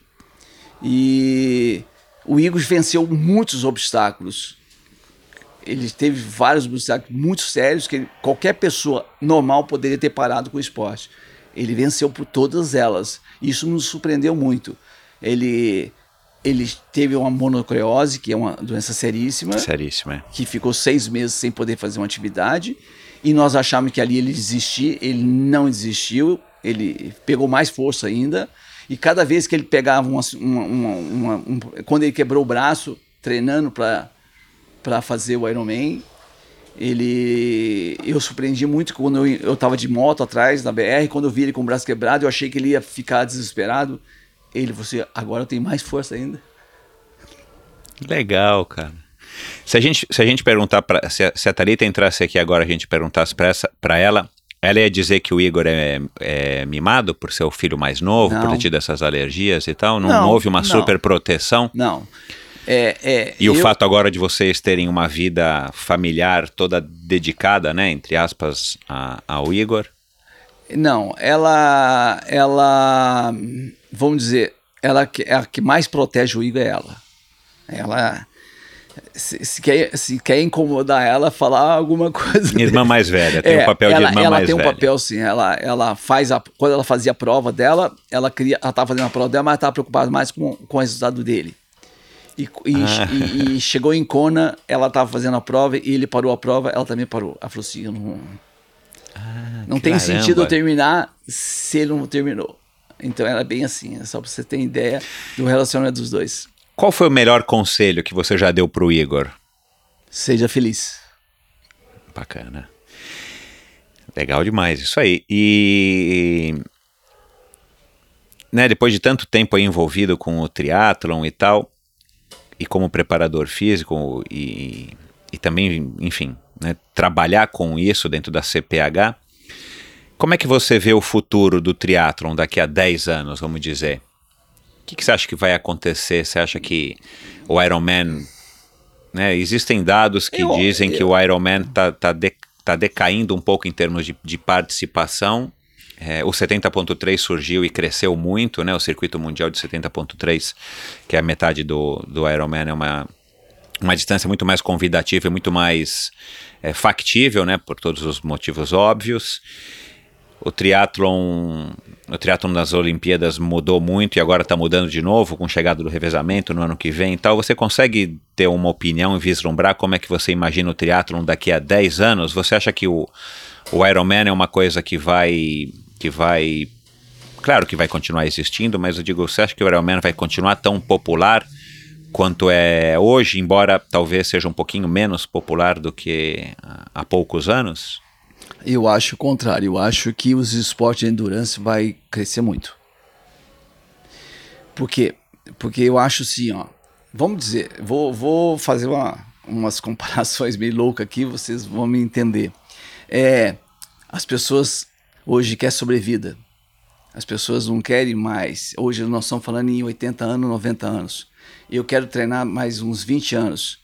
E o Igor venceu muitos obstáculos. Ele teve vários obstáculos muito sérios que qualquer pessoa normal poderia ter parado com o esporte. Ele venceu por todas elas. Isso nos surpreendeu muito. Ele teve uma mononucleose, que é uma doença seríssima. Seríssima, que ficou 6 meses sem poder fazer uma atividade. E nós achamos que ali ele desistia. Ele não desistiu. Ele pegou mais força ainda. E cada vez que ele pegava quando ele quebrou o braço, treinando para fazer o Ironman, eu surpreendi muito quando eu estava de moto atrás na BR, quando eu vi ele com o braço quebrado, eu achei que ele ia ficar desesperado. Ele falou assim, agora eu tenho mais força ainda. Legal, cara. Se a gente perguntar, se a Thalita entrasse aqui agora, a gente perguntasse para ela ia dizer que o Igor é mimado por ser o filho mais novo, por ter tido essas alergias e tal? Não houve uma super proteção? Não. O fato agora de vocês terem uma vida familiar toda dedicada, né, entre aspas, ao Igor? Não, vamos dizer, é a que mais protege o Igor é ela. Ela, se quer incomodar ela, falar alguma coisa. Irmã mais velha, tem um papel de irmã mais velha. Ela tem um papel, sim. Ela faz quando ela fazia a prova dela, ela estava fazendo a prova dela, mas estava preocupada mais com o resultado dele. E chegou em Kona, ela estava fazendo a prova e ele parou a prova, ela também parou. Ela falou assim, não tem sentido eu terminar se ele não terminou. Então ela é bem assim, é só para você ter ideia do relacionamento dos dois. Qual foi o melhor conselho que você já deu pro Igor? Seja feliz. Bacana. Legal demais, isso aí. E né, depois de tanto tempo aí envolvido com o triatlon e tal, e como preparador físico e também, enfim, né, trabalhar com isso dentro da CPH, como é que você vê o futuro do triatlon daqui a 10 anos, vamos dizer? O que você acha que vai acontecer? Você acha que o Ironman... Né, existem dados que dizem que o Ironman tá decaindo um pouco em termos de participação. O 70.3 surgiu e cresceu muito, né? O circuito mundial de 70.3, que é a metade do Ironman, é uma distância muito mais convidativa e muito mais factível, né? Por todos os motivos óbvios. O triatlon das Olimpíadas mudou muito e agora está mudando de novo com a chegada do revezamento no ano que vem e tal. Você consegue ter uma opinião e vislumbrar como é que você imagina o triatlon daqui a 10 anos? Você acha que o Ironman é uma coisa que vai... Claro que vai continuar existindo, mas eu digo, você acha que o Ironman vai continuar tão popular quanto é hoje, embora talvez seja um pouquinho menos popular do que há poucos anos? Eu acho o contrário, eu acho que os esportes de endurance vai crescer muito. Por quê? Porque eu acho assim, vamos dizer, vou fazer umas comparações meio loucas aqui, vocês vão me entender. As pessoas hoje querem sobrevida, as pessoas não querem mais, hoje nós estamos falando em 80 anos, 90 anos, eu quero treinar mais uns 20 anos,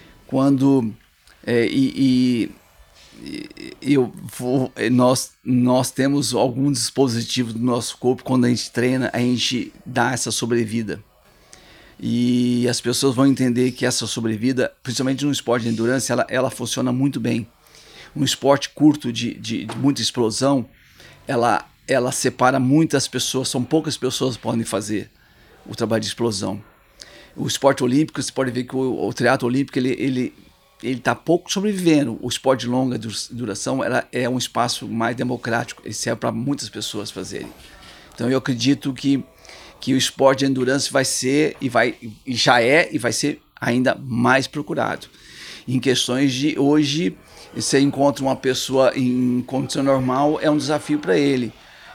nós temos algum dispositivo do nosso corpo, quando a gente treina, a gente dá essa sobrevida. E as pessoas vão entender que essa sobrevida, principalmente no esporte de endurance, ela funciona muito bem. Um esporte curto de muita explosão, ela separa muitas pessoas, são poucas pessoas que podem fazer o trabalho de explosão. O esporte olímpico, você pode ver que o triatlo olímpico, ele está pouco sobrevivendo. O esporte de longa duração é um espaço mais democrático, ele serve para muitas pessoas fazerem. Então eu acredito que o esporte de endurance vai ser, e vai ser ainda mais procurado. Em questões de hoje, você encontra uma pessoa em condição normal, é um desafio para ele.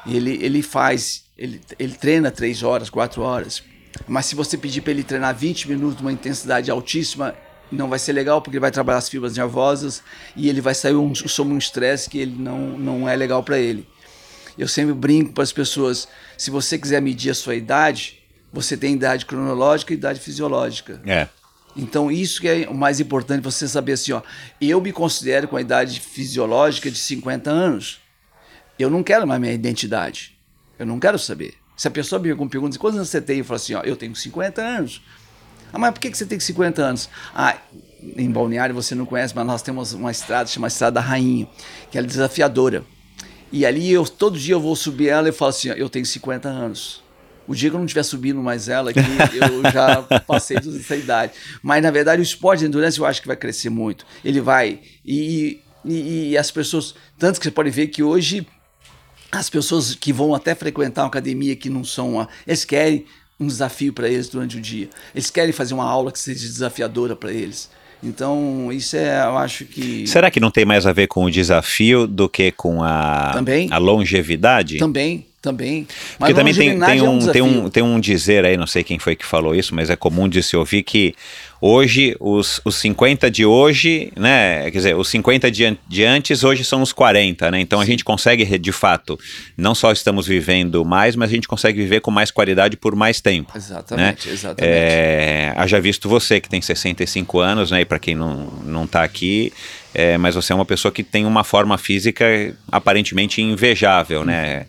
Ele treina 3 horas, 4 horas, mas se você pedir para ele treinar 20 minutos, uma intensidade altíssima, não vai ser legal, porque ele vai trabalhar as fibras nervosas e ele vai sair sob um estresse que ele não é legal para ele. Eu sempre brinco para as pessoas, se você quiser medir a sua idade, você tem idade cronológica e idade fisiológica. Então isso que é o mais importante, você saber assim, eu me considero com a idade fisiológica de 50 anos, eu não quero mais minha identidade, eu não quero saber. Se a pessoa me pergunta, quantos anos você tem? Eu falo assim, eu tenho 50 anos. Mas por que você tem 50 anos? Em Balneário você não conhece, mas nós temos uma estrada, chama Estrada da Rainha, que é desafiadora. E ali, todo dia eu vou subir ela e falo assim, eu tenho 50 anos. O dia que eu não estiver subindo mais ela aqui, eu já passei dessa idade. Mas, na verdade, o esporte de endurance eu acho que vai crescer muito. Ele vai... E as pessoas... Tanto que você pode ver que hoje, as pessoas que vão até frequentar uma academia que não são... Eles querem um desafio para eles durante o dia. Eles querem fazer uma aula que seja desafiadora para eles. Então, isso eu acho que... Será que não tem mais a ver com o desafio do que com a longevidade? Também. Também. Porque Mas também tem desafio. tem um dizer aí, não sei quem foi que falou isso, mas é comum de se ouvir que hoje os 50 de hoje, né, quer dizer, os 50 de antes hoje são os 40, né, então a gente consegue de fato, não só estamos vivendo mais, mas a gente consegue viver com mais qualidade por mais tempo. Exatamente, né? exatamente. Haja visto você que tem 65 anos, né, e para quem não tá aqui, mas você é uma pessoa que tem uma forma física aparentemente invejável, né?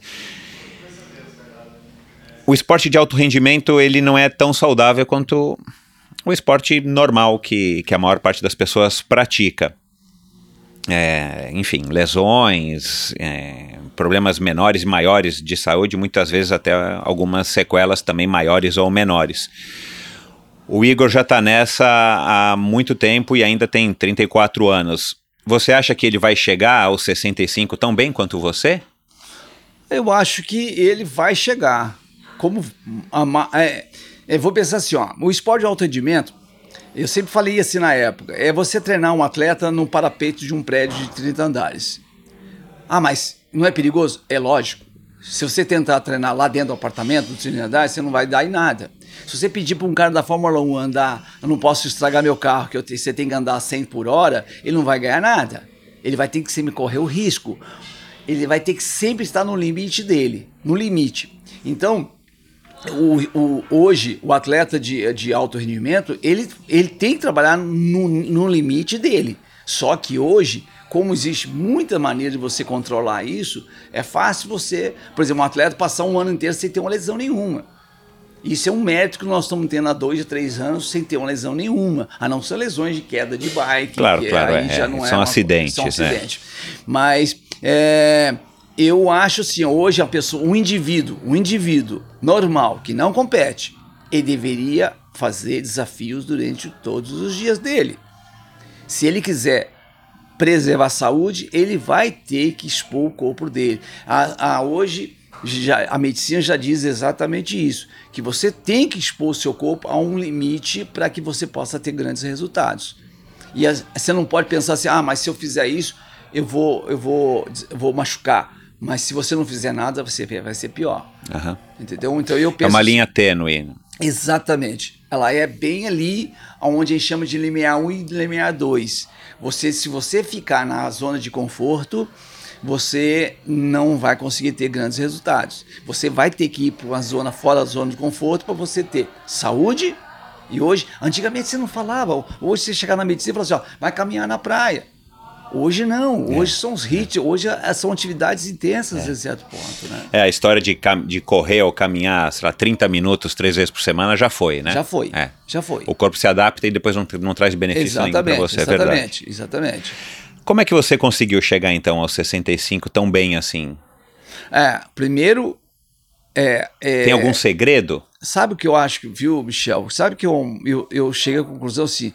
O esporte de alto rendimento, ele não é tão saudável quanto o esporte normal que a maior parte das pessoas pratica. Enfim, lesões, problemas menores e maiores de saúde, muitas vezes até algumas sequelas também maiores ou menores. O Igor já está nessa há muito tempo e ainda tem 34 anos. Você acha que ele vai chegar aos 65 tão bem quanto você? Eu acho que ele vai chegar. Eu vou pensar assim, ó, o esporte de alto rendimento, eu sempre falei assim na época, é você treinar um atleta no parapeito de um prédio de 30 andares. Ah, mas não é perigoso? É lógico. Se você tentar treinar lá dentro do apartamento, do 30 andares, você não vai dar em nada. Se você pedir para um cara da Fórmula 1 andar, eu não posso estragar meu carro, você tem que andar 100 por hora, ele não vai ganhar nada. Ele vai ter que sempre correr o risco. Ele vai ter que sempre estar no limite dele, no limite. Então, hoje, o atleta de alto rendimento, ele tem que trabalhar no limite dele. Só que hoje, como existe muita maneira de você controlar isso, é fácil você, por exemplo, um atleta passar um ano inteiro sem ter uma lesão nenhuma. Isso é um mérito que nós estamos tendo há 2 a 3 anos sem ter uma lesão nenhuma, a não ser lesões de queda de bike. Claro, aí já não são acidentes. São acidentes. Mas eu acho assim, hoje um indivíduo normal, que não compete, ele deveria fazer desafios durante todos os dias dele. Se ele quiser preservar a saúde, ele vai ter que expor o corpo dele. Hoje, a medicina já diz exatamente isso, que você tem que expor o seu corpo a um limite para que você possa ter grandes resultados. E você não pode pensar assim, mas se eu fizer isso, eu vou machucar. Mas se você não fizer nada, vai ser pior. Uhum. Entendeu? Então eu penso. É uma linha tênue. Exatamente. Ela é bem ali onde a gente chama de limiar 1 e limiar 2. Se você ficar na zona de conforto, você não vai conseguir ter grandes resultados. Você vai ter que ir para uma zona fora da zona de conforto para você ter saúde. E hoje, antigamente você não falava. Hoje você chegar na medicina e fala assim, vai caminhar na praia. Hoje não, hoje são os hits, hoje são atividades intensas a certo ponto, né? A história de correr ou caminhar, sei lá, 30 minutos 3 vezes por semana já foi, né? Já foi. O corpo se adapta e depois não traz benefício nenhum para você, é verdade. Exatamente. Como é que você conseguiu chegar então aos 65 tão bem assim? Primeiro... Tem algum segredo? Sabe o que eu acho, viu, Michel? Sabe que eu cheguei à conclusão assim...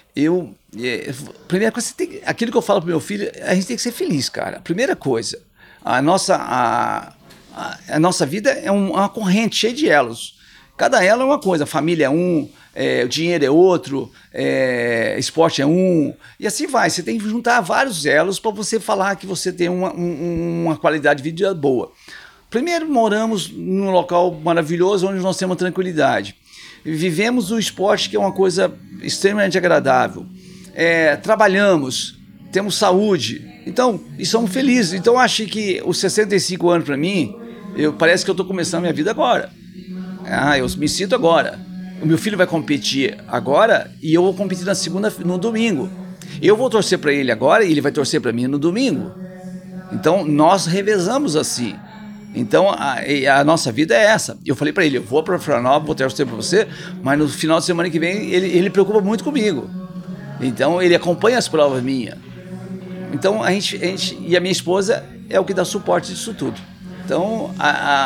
Primeira coisa, aquilo que eu falo pro meu filho, a gente tem que ser feliz, cara. Primeira coisa, a nossa vida é uma corrente cheia de elos. Cada elo é uma coisa, a família é um, o dinheiro é outro, esporte é um, e assim vai. Você tem que juntar vários elos para você falar que você tem uma qualidade de vida boa. Primeiro, moramos num local maravilhoso onde nós temos tranquilidade. Vivemos o esporte, que é uma coisa extremamente agradável. Trabalhamos, temos saúde, então, e somos felizes. Então, eu acho que os 65 anos para mim, parece que eu estou começando a minha vida agora. Eu me sinto agora. O meu filho vai competir agora e eu vou competir no domingo. Eu vou torcer para ele agora e ele vai torcer para mim no domingo. Então, nós revezamos assim. Então, a nossa vida é essa. Eu falei para ele, eu vou para Florianópolis, vou torcer para você, mas no final de semana que vem ele preocupa muito comigo. Então, ele acompanha as provas minhas. Então, e a minha esposa é o que dá suporte disso tudo. Então,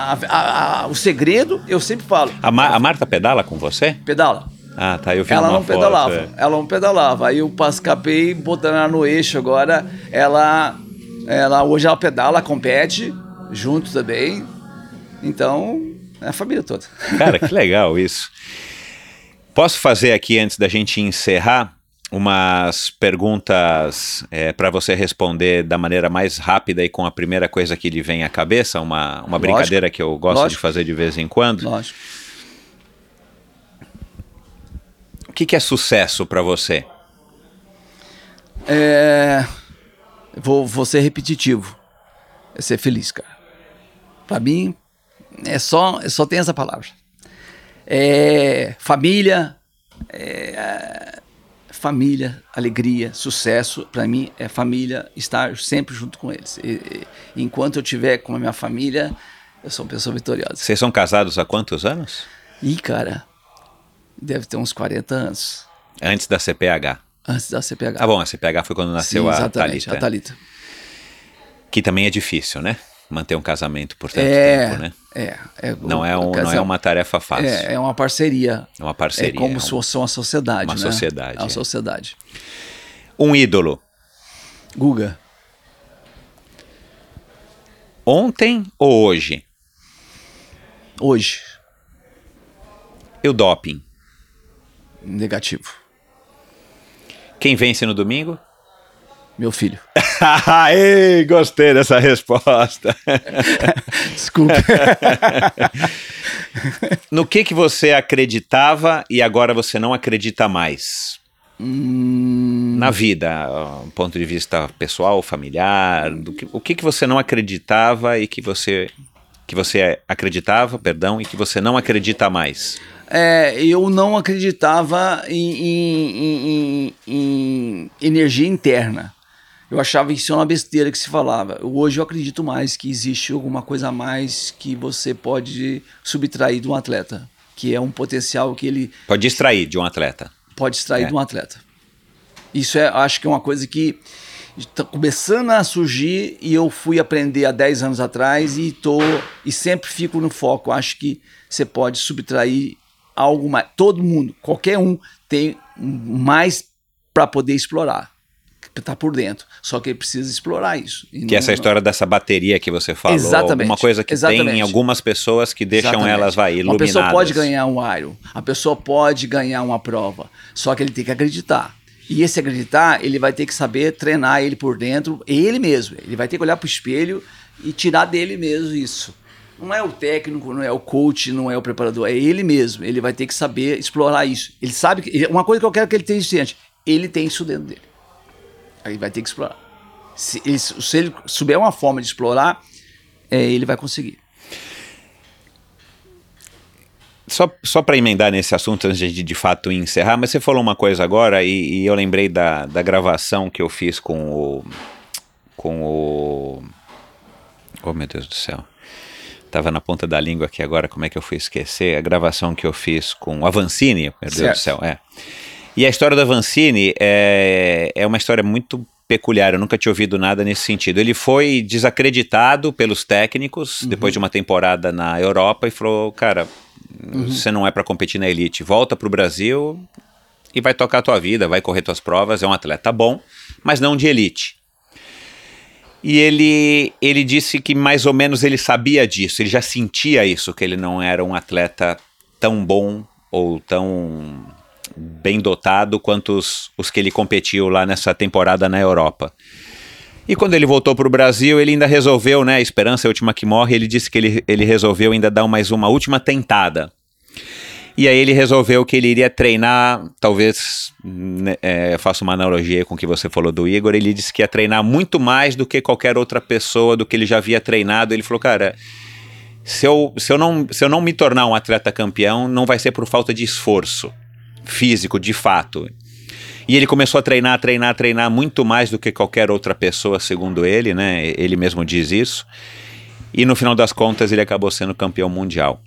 o segredo, eu sempre falo. A Marta pedala com você? Pedala. Ah, tá, eu vi ela uma não foto, pedalava. Ela não pedalava. Aí eu acabei botando ela no eixo agora. Hoje ela pedala, compete junto também. Então, é a família toda. Cara, que legal isso. Posso fazer aqui, antes da gente encerrar, umas perguntas para você responder da maneira mais rápida e com a primeira coisa que lhe vem à cabeça, uma brincadeira que eu gosto de fazer de vez em quando. Lógico. O que é sucesso para você? Vou ser repetitivo. É ser feliz, cara. Para mim, só tem essa palavra. Família, família, alegria, sucesso. Para mim, é família, estar sempre junto com eles. Enquanto eu estiver com a minha família, eu sou uma pessoa vitoriosa. Vocês são casados há quantos anos? Cara, deve ter uns 40 anos. Antes da CPH. Antes da CPH. Ah, bom, a CPH foi quando nasceu. Sim, exatamente, a Thalita. Que também é difícil, né? Manter um casamento por tanto tempo, né? Não é uma tarefa fácil. É uma parceria. É uma parceria. É como se fosse uma sociedade, uma sociedade. É uma sociedade. Um ídolo. Guga. Ontem ou hoje? Hoje. E o doping? Negativo. Quem vence no domingo? Meu filho. Ei, gostei dessa resposta. Desculpa. No que você acreditava e agora você não acredita mais? Na vida, do ponto de vista pessoal, familiar, o que você não acreditava e que você acreditava, perdão, e que você não acredita mais? Eu não acreditava em energia interna. Eu achava isso uma besteira que se falava. Hoje eu acredito mais que existe alguma coisa a mais que você pode subtrair de um atleta, que é um potencial que ele... Pode extrair de um atleta. Pode extrair de um atleta. Isso acho que é uma coisa que está começando a surgir e eu fui aprender há 10 anos atrás e sempre fico no foco. Acho que você pode subtrair algo mais. Todo mundo, qualquer um, tem mais para poder explorar. Está por dentro, só que ele precisa explorar isso. Que essa história dessa bateria que você falou, alguma coisa que tem em algumas pessoas que deixam elas iluminadas. Uma pessoa pode ganhar um Iron, a pessoa pode ganhar uma prova, só que ele tem que acreditar. E esse acreditar, ele vai ter que saber treinar ele por dentro, ele mesmo. Ele vai ter que olhar para o espelho e tirar dele mesmo isso. Não é o técnico, não é o coach, não é o preparador, é ele mesmo. Ele vai ter que saber explorar isso. Ele sabe que... Uma coisa que eu quero que ele tenha ciente, ele tem isso dentro dele. Aí vai ter que explorar. Se ele souber uma forma de explorar, ele vai conseguir. Só para emendar nesse assunto, antes de fato encerrar, mas você falou uma coisa agora e eu lembrei da gravação que eu fiz com o... Oh, meu Deus do céu. Tava na ponta da língua aqui agora, como é que eu fui esquecer? A gravação que eu fiz com o Avancini, meu Deus do céu, E a história do Avancini é uma história muito peculiar, eu nunca tinha ouvido nada nesse sentido. Ele foi desacreditado pelos técnicos depois de uma temporada na Europa e falou, cara, você não é para competir na elite, volta pro Brasil e vai tocar a tua vida, vai correr tuas provas, é um atleta bom, mas não de elite. E ele disse que mais ou menos ele sabia disso, ele já sentia isso, que ele não era um atleta tão bom ou tão bem dotado quanto os que ele competiu lá nessa temporada na Europa. E quando ele voltou para o Brasil, ele ainda resolveu, né, a esperança é a última que morre, ele disse que ele resolveu ainda dar mais uma última tentada. E aí ele resolveu que ele iria treinar, talvez, eu faço uma analogia com o que você falou do Igor, ele disse que ia treinar muito mais do que qualquer outra pessoa, do que ele já havia treinado. Ele falou, cara, se eu não me tornar um atleta campeão, não vai ser por falta de esforço físico, de fato. E ele começou a treinar muito mais do que qualquer outra pessoa, segundo ele, né? Ele mesmo diz isso. E no final das contas ele acabou sendo campeão mundial.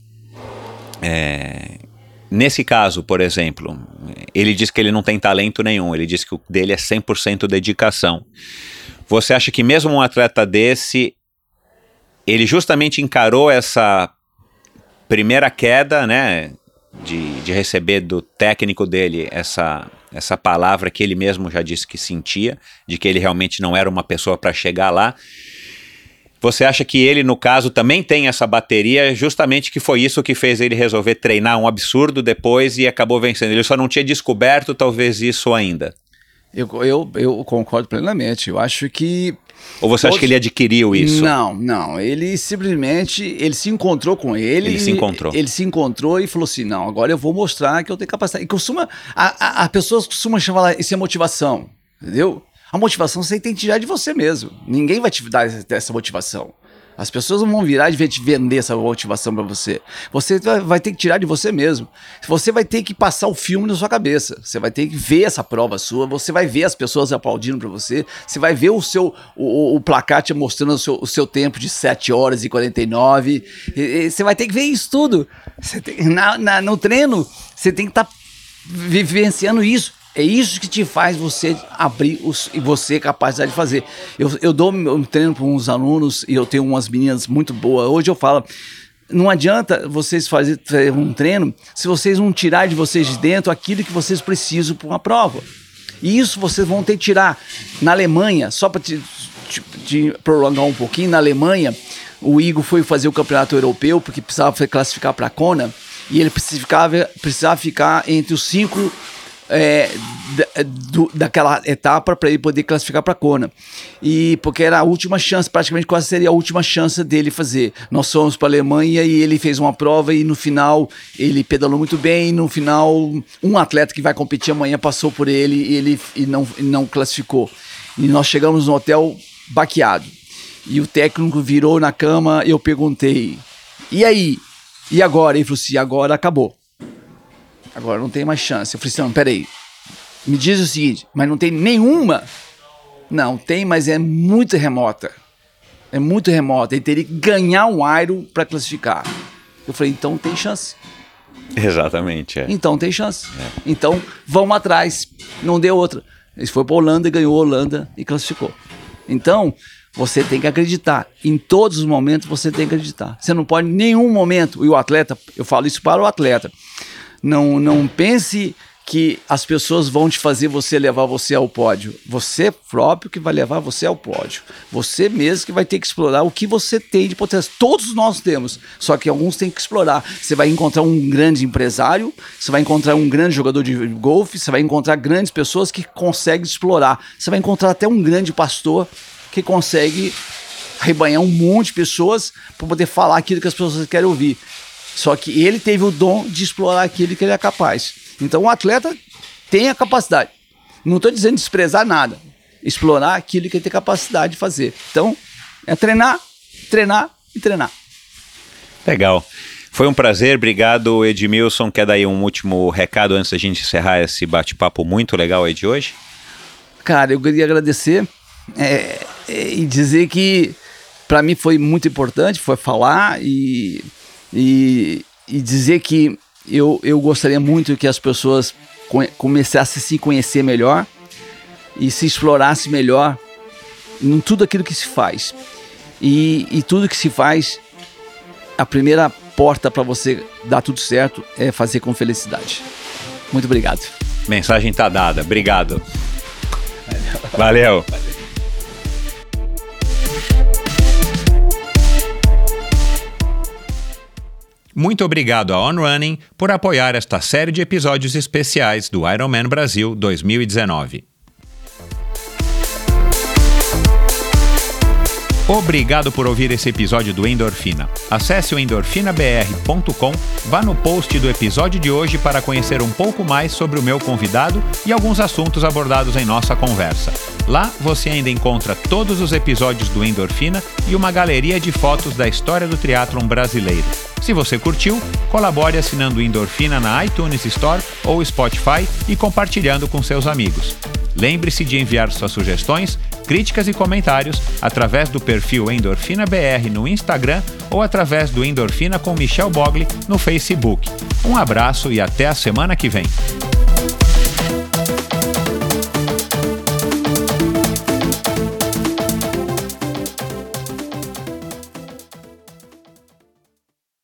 Nesse caso, por exemplo, ele diz que ele não tem talento nenhum, ele diz que o dele é 100% dedicação. Você acha que mesmo um atleta desse, ele justamente encarou essa primeira queda, né? De receber do técnico dele essa palavra que ele mesmo já disse que sentia, de que ele realmente não era uma pessoa para chegar lá. Você acha que ele, no caso, também tem essa bateria, justamente que foi isso que fez ele resolver treinar um absurdo depois e acabou vencendo? Ele só não tinha descoberto talvez isso ainda. Eu concordo plenamente. Eu acho que... Ou você acha que ele adquiriu isso? Não. Ele simplesmente, ele se encontrou com ele. Ele se encontrou. Ele se encontrou e falou assim, não, agora eu vou mostrar que eu tenho capacidade. E as pessoas costumam chamar isso de motivação, entendeu? A motivação você tem que tirar de você mesmo. Ninguém vai te dar essa motivação. As pessoas não vão virar e te vender essa motivação para você. Você vai ter que tirar de você mesmo. Você vai ter que passar o filme na sua cabeça. Você vai ter que ver essa prova sua. Você vai ver as pessoas aplaudindo para você. Você vai ver o placar te mostrando o seu tempo de 7 horas e 49. Você vai ter que ver isso tudo. No treino, você tem que estar vivenciando isso. É isso que te faz você abrir e você é capacidade de fazer. Eu dou um treino para uns alunos e eu tenho umas meninas muito boas. Hoje eu falo, não adianta vocês fazerem um treino se vocês não tirarem de vocês de dentro aquilo que vocês precisam para uma prova. E isso vocês vão ter que tirar. Na Alemanha, só para te prolongar um pouquinho, na Alemanha, o Igor foi fazer o campeonato europeu porque precisava classificar para a Kona e ele precisava ficar entre os 5 daquela etapa para ele poder classificar para a Kona. E porque era a última chance, praticamente quase seria a última chance dele fazer. Nós fomos para a Alemanha e ele fez uma prova e no final ele pedalou muito bem e no final um atleta que vai competir amanhã passou por ele e não classificou. E nós chegamos no hotel baqueado. E o técnico virou na cama e eu perguntei, e aí? E agora? Ele falou assim, agora acabou. Agora não tem mais chance. Eu falei assim, não, peraí. Me diz o seguinte, mas não tem nenhuma? Não, tem, mas é muito remota. É muito remota. Ele teria que ganhar um Iron para classificar. Eu falei, então tem chance. Exatamente, Então tem chance. Então vamos atrás. Não deu outra. Ele foi para a Holanda, ganhou a Holanda e classificou. Então, você tem que acreditar. Em todos os momentos você tem que acreditar. Você não pode em nenhum momento, e o atleta, eu falo isso para o atleta, não pense que as pessoas vão te fazer levar você ao pódio. Você próprio que vai levar você ao pódio. Você mesmo que vai ter que explorar o que você tem de potencial. Todos nós temos, só que alguns têm que explorar. Você vai encontrar um grande empresário, você vai encontrar um grande jogador de golfe, você vai encontrar grandes pessoas que conseguem explorar. Você vai encontrar até um grande pastor que consegue arrebanhar um monte de pessoas para poder falar aquilo que as pessoas querem ouvir. Só que ele teve o dom de explorar aquilo que ele é capaz. Então o atleta tem a capacidade. Não estou dizendo desprezar nada. Explorar aquilo que ele tem capacidade de fazer. Então é treinar, treinar e treinar. Legal. Foi um prazer. Obrigado, Edmilson. Quer dar aí um último recado antes da gente encerrar esse bate-papo muito legal aí de hoje? Cara, eu queria agradecer e dizer que para mim foi muito importante, foi falar e dizer que eu gostaria muito que as pessoas começassem a se conhecer melhor e se explorassem melhor em tudo aquilo que se faz. E tudo que se faz, a primeira porta para você dar tudo certo é fazer com felicidade. Muito obrigado. Mensagem tá dada. Obrigado. Valeu. Muito obrigado a On Running por apoiar esta série de episódios especiais do Ironman Brasil 2019. Obrigado por ouvir esse episódio do Endorfina. Acesse o endorfinabr.com, vá no post do episódio de hoje para conhecer um pouco mais sobre o meu convidado e alguns assuntos abordados em nossa conversa. Lá você ainda encontra todos os episódios do Endorfina e uma galeria de fotos da história do triatlon brasileiro. Se você curtiu, colabore assinando o Endorfina na iTunes Store ou Spotify e compartilhando com seus amigos. Lembre-se de enviar suas sugestões, críticas e comentários através do perfil Endorfina BR no Instagram ou através do Endorfina com Michel Bogli no Facebook. Um abraço e até a semana que vem.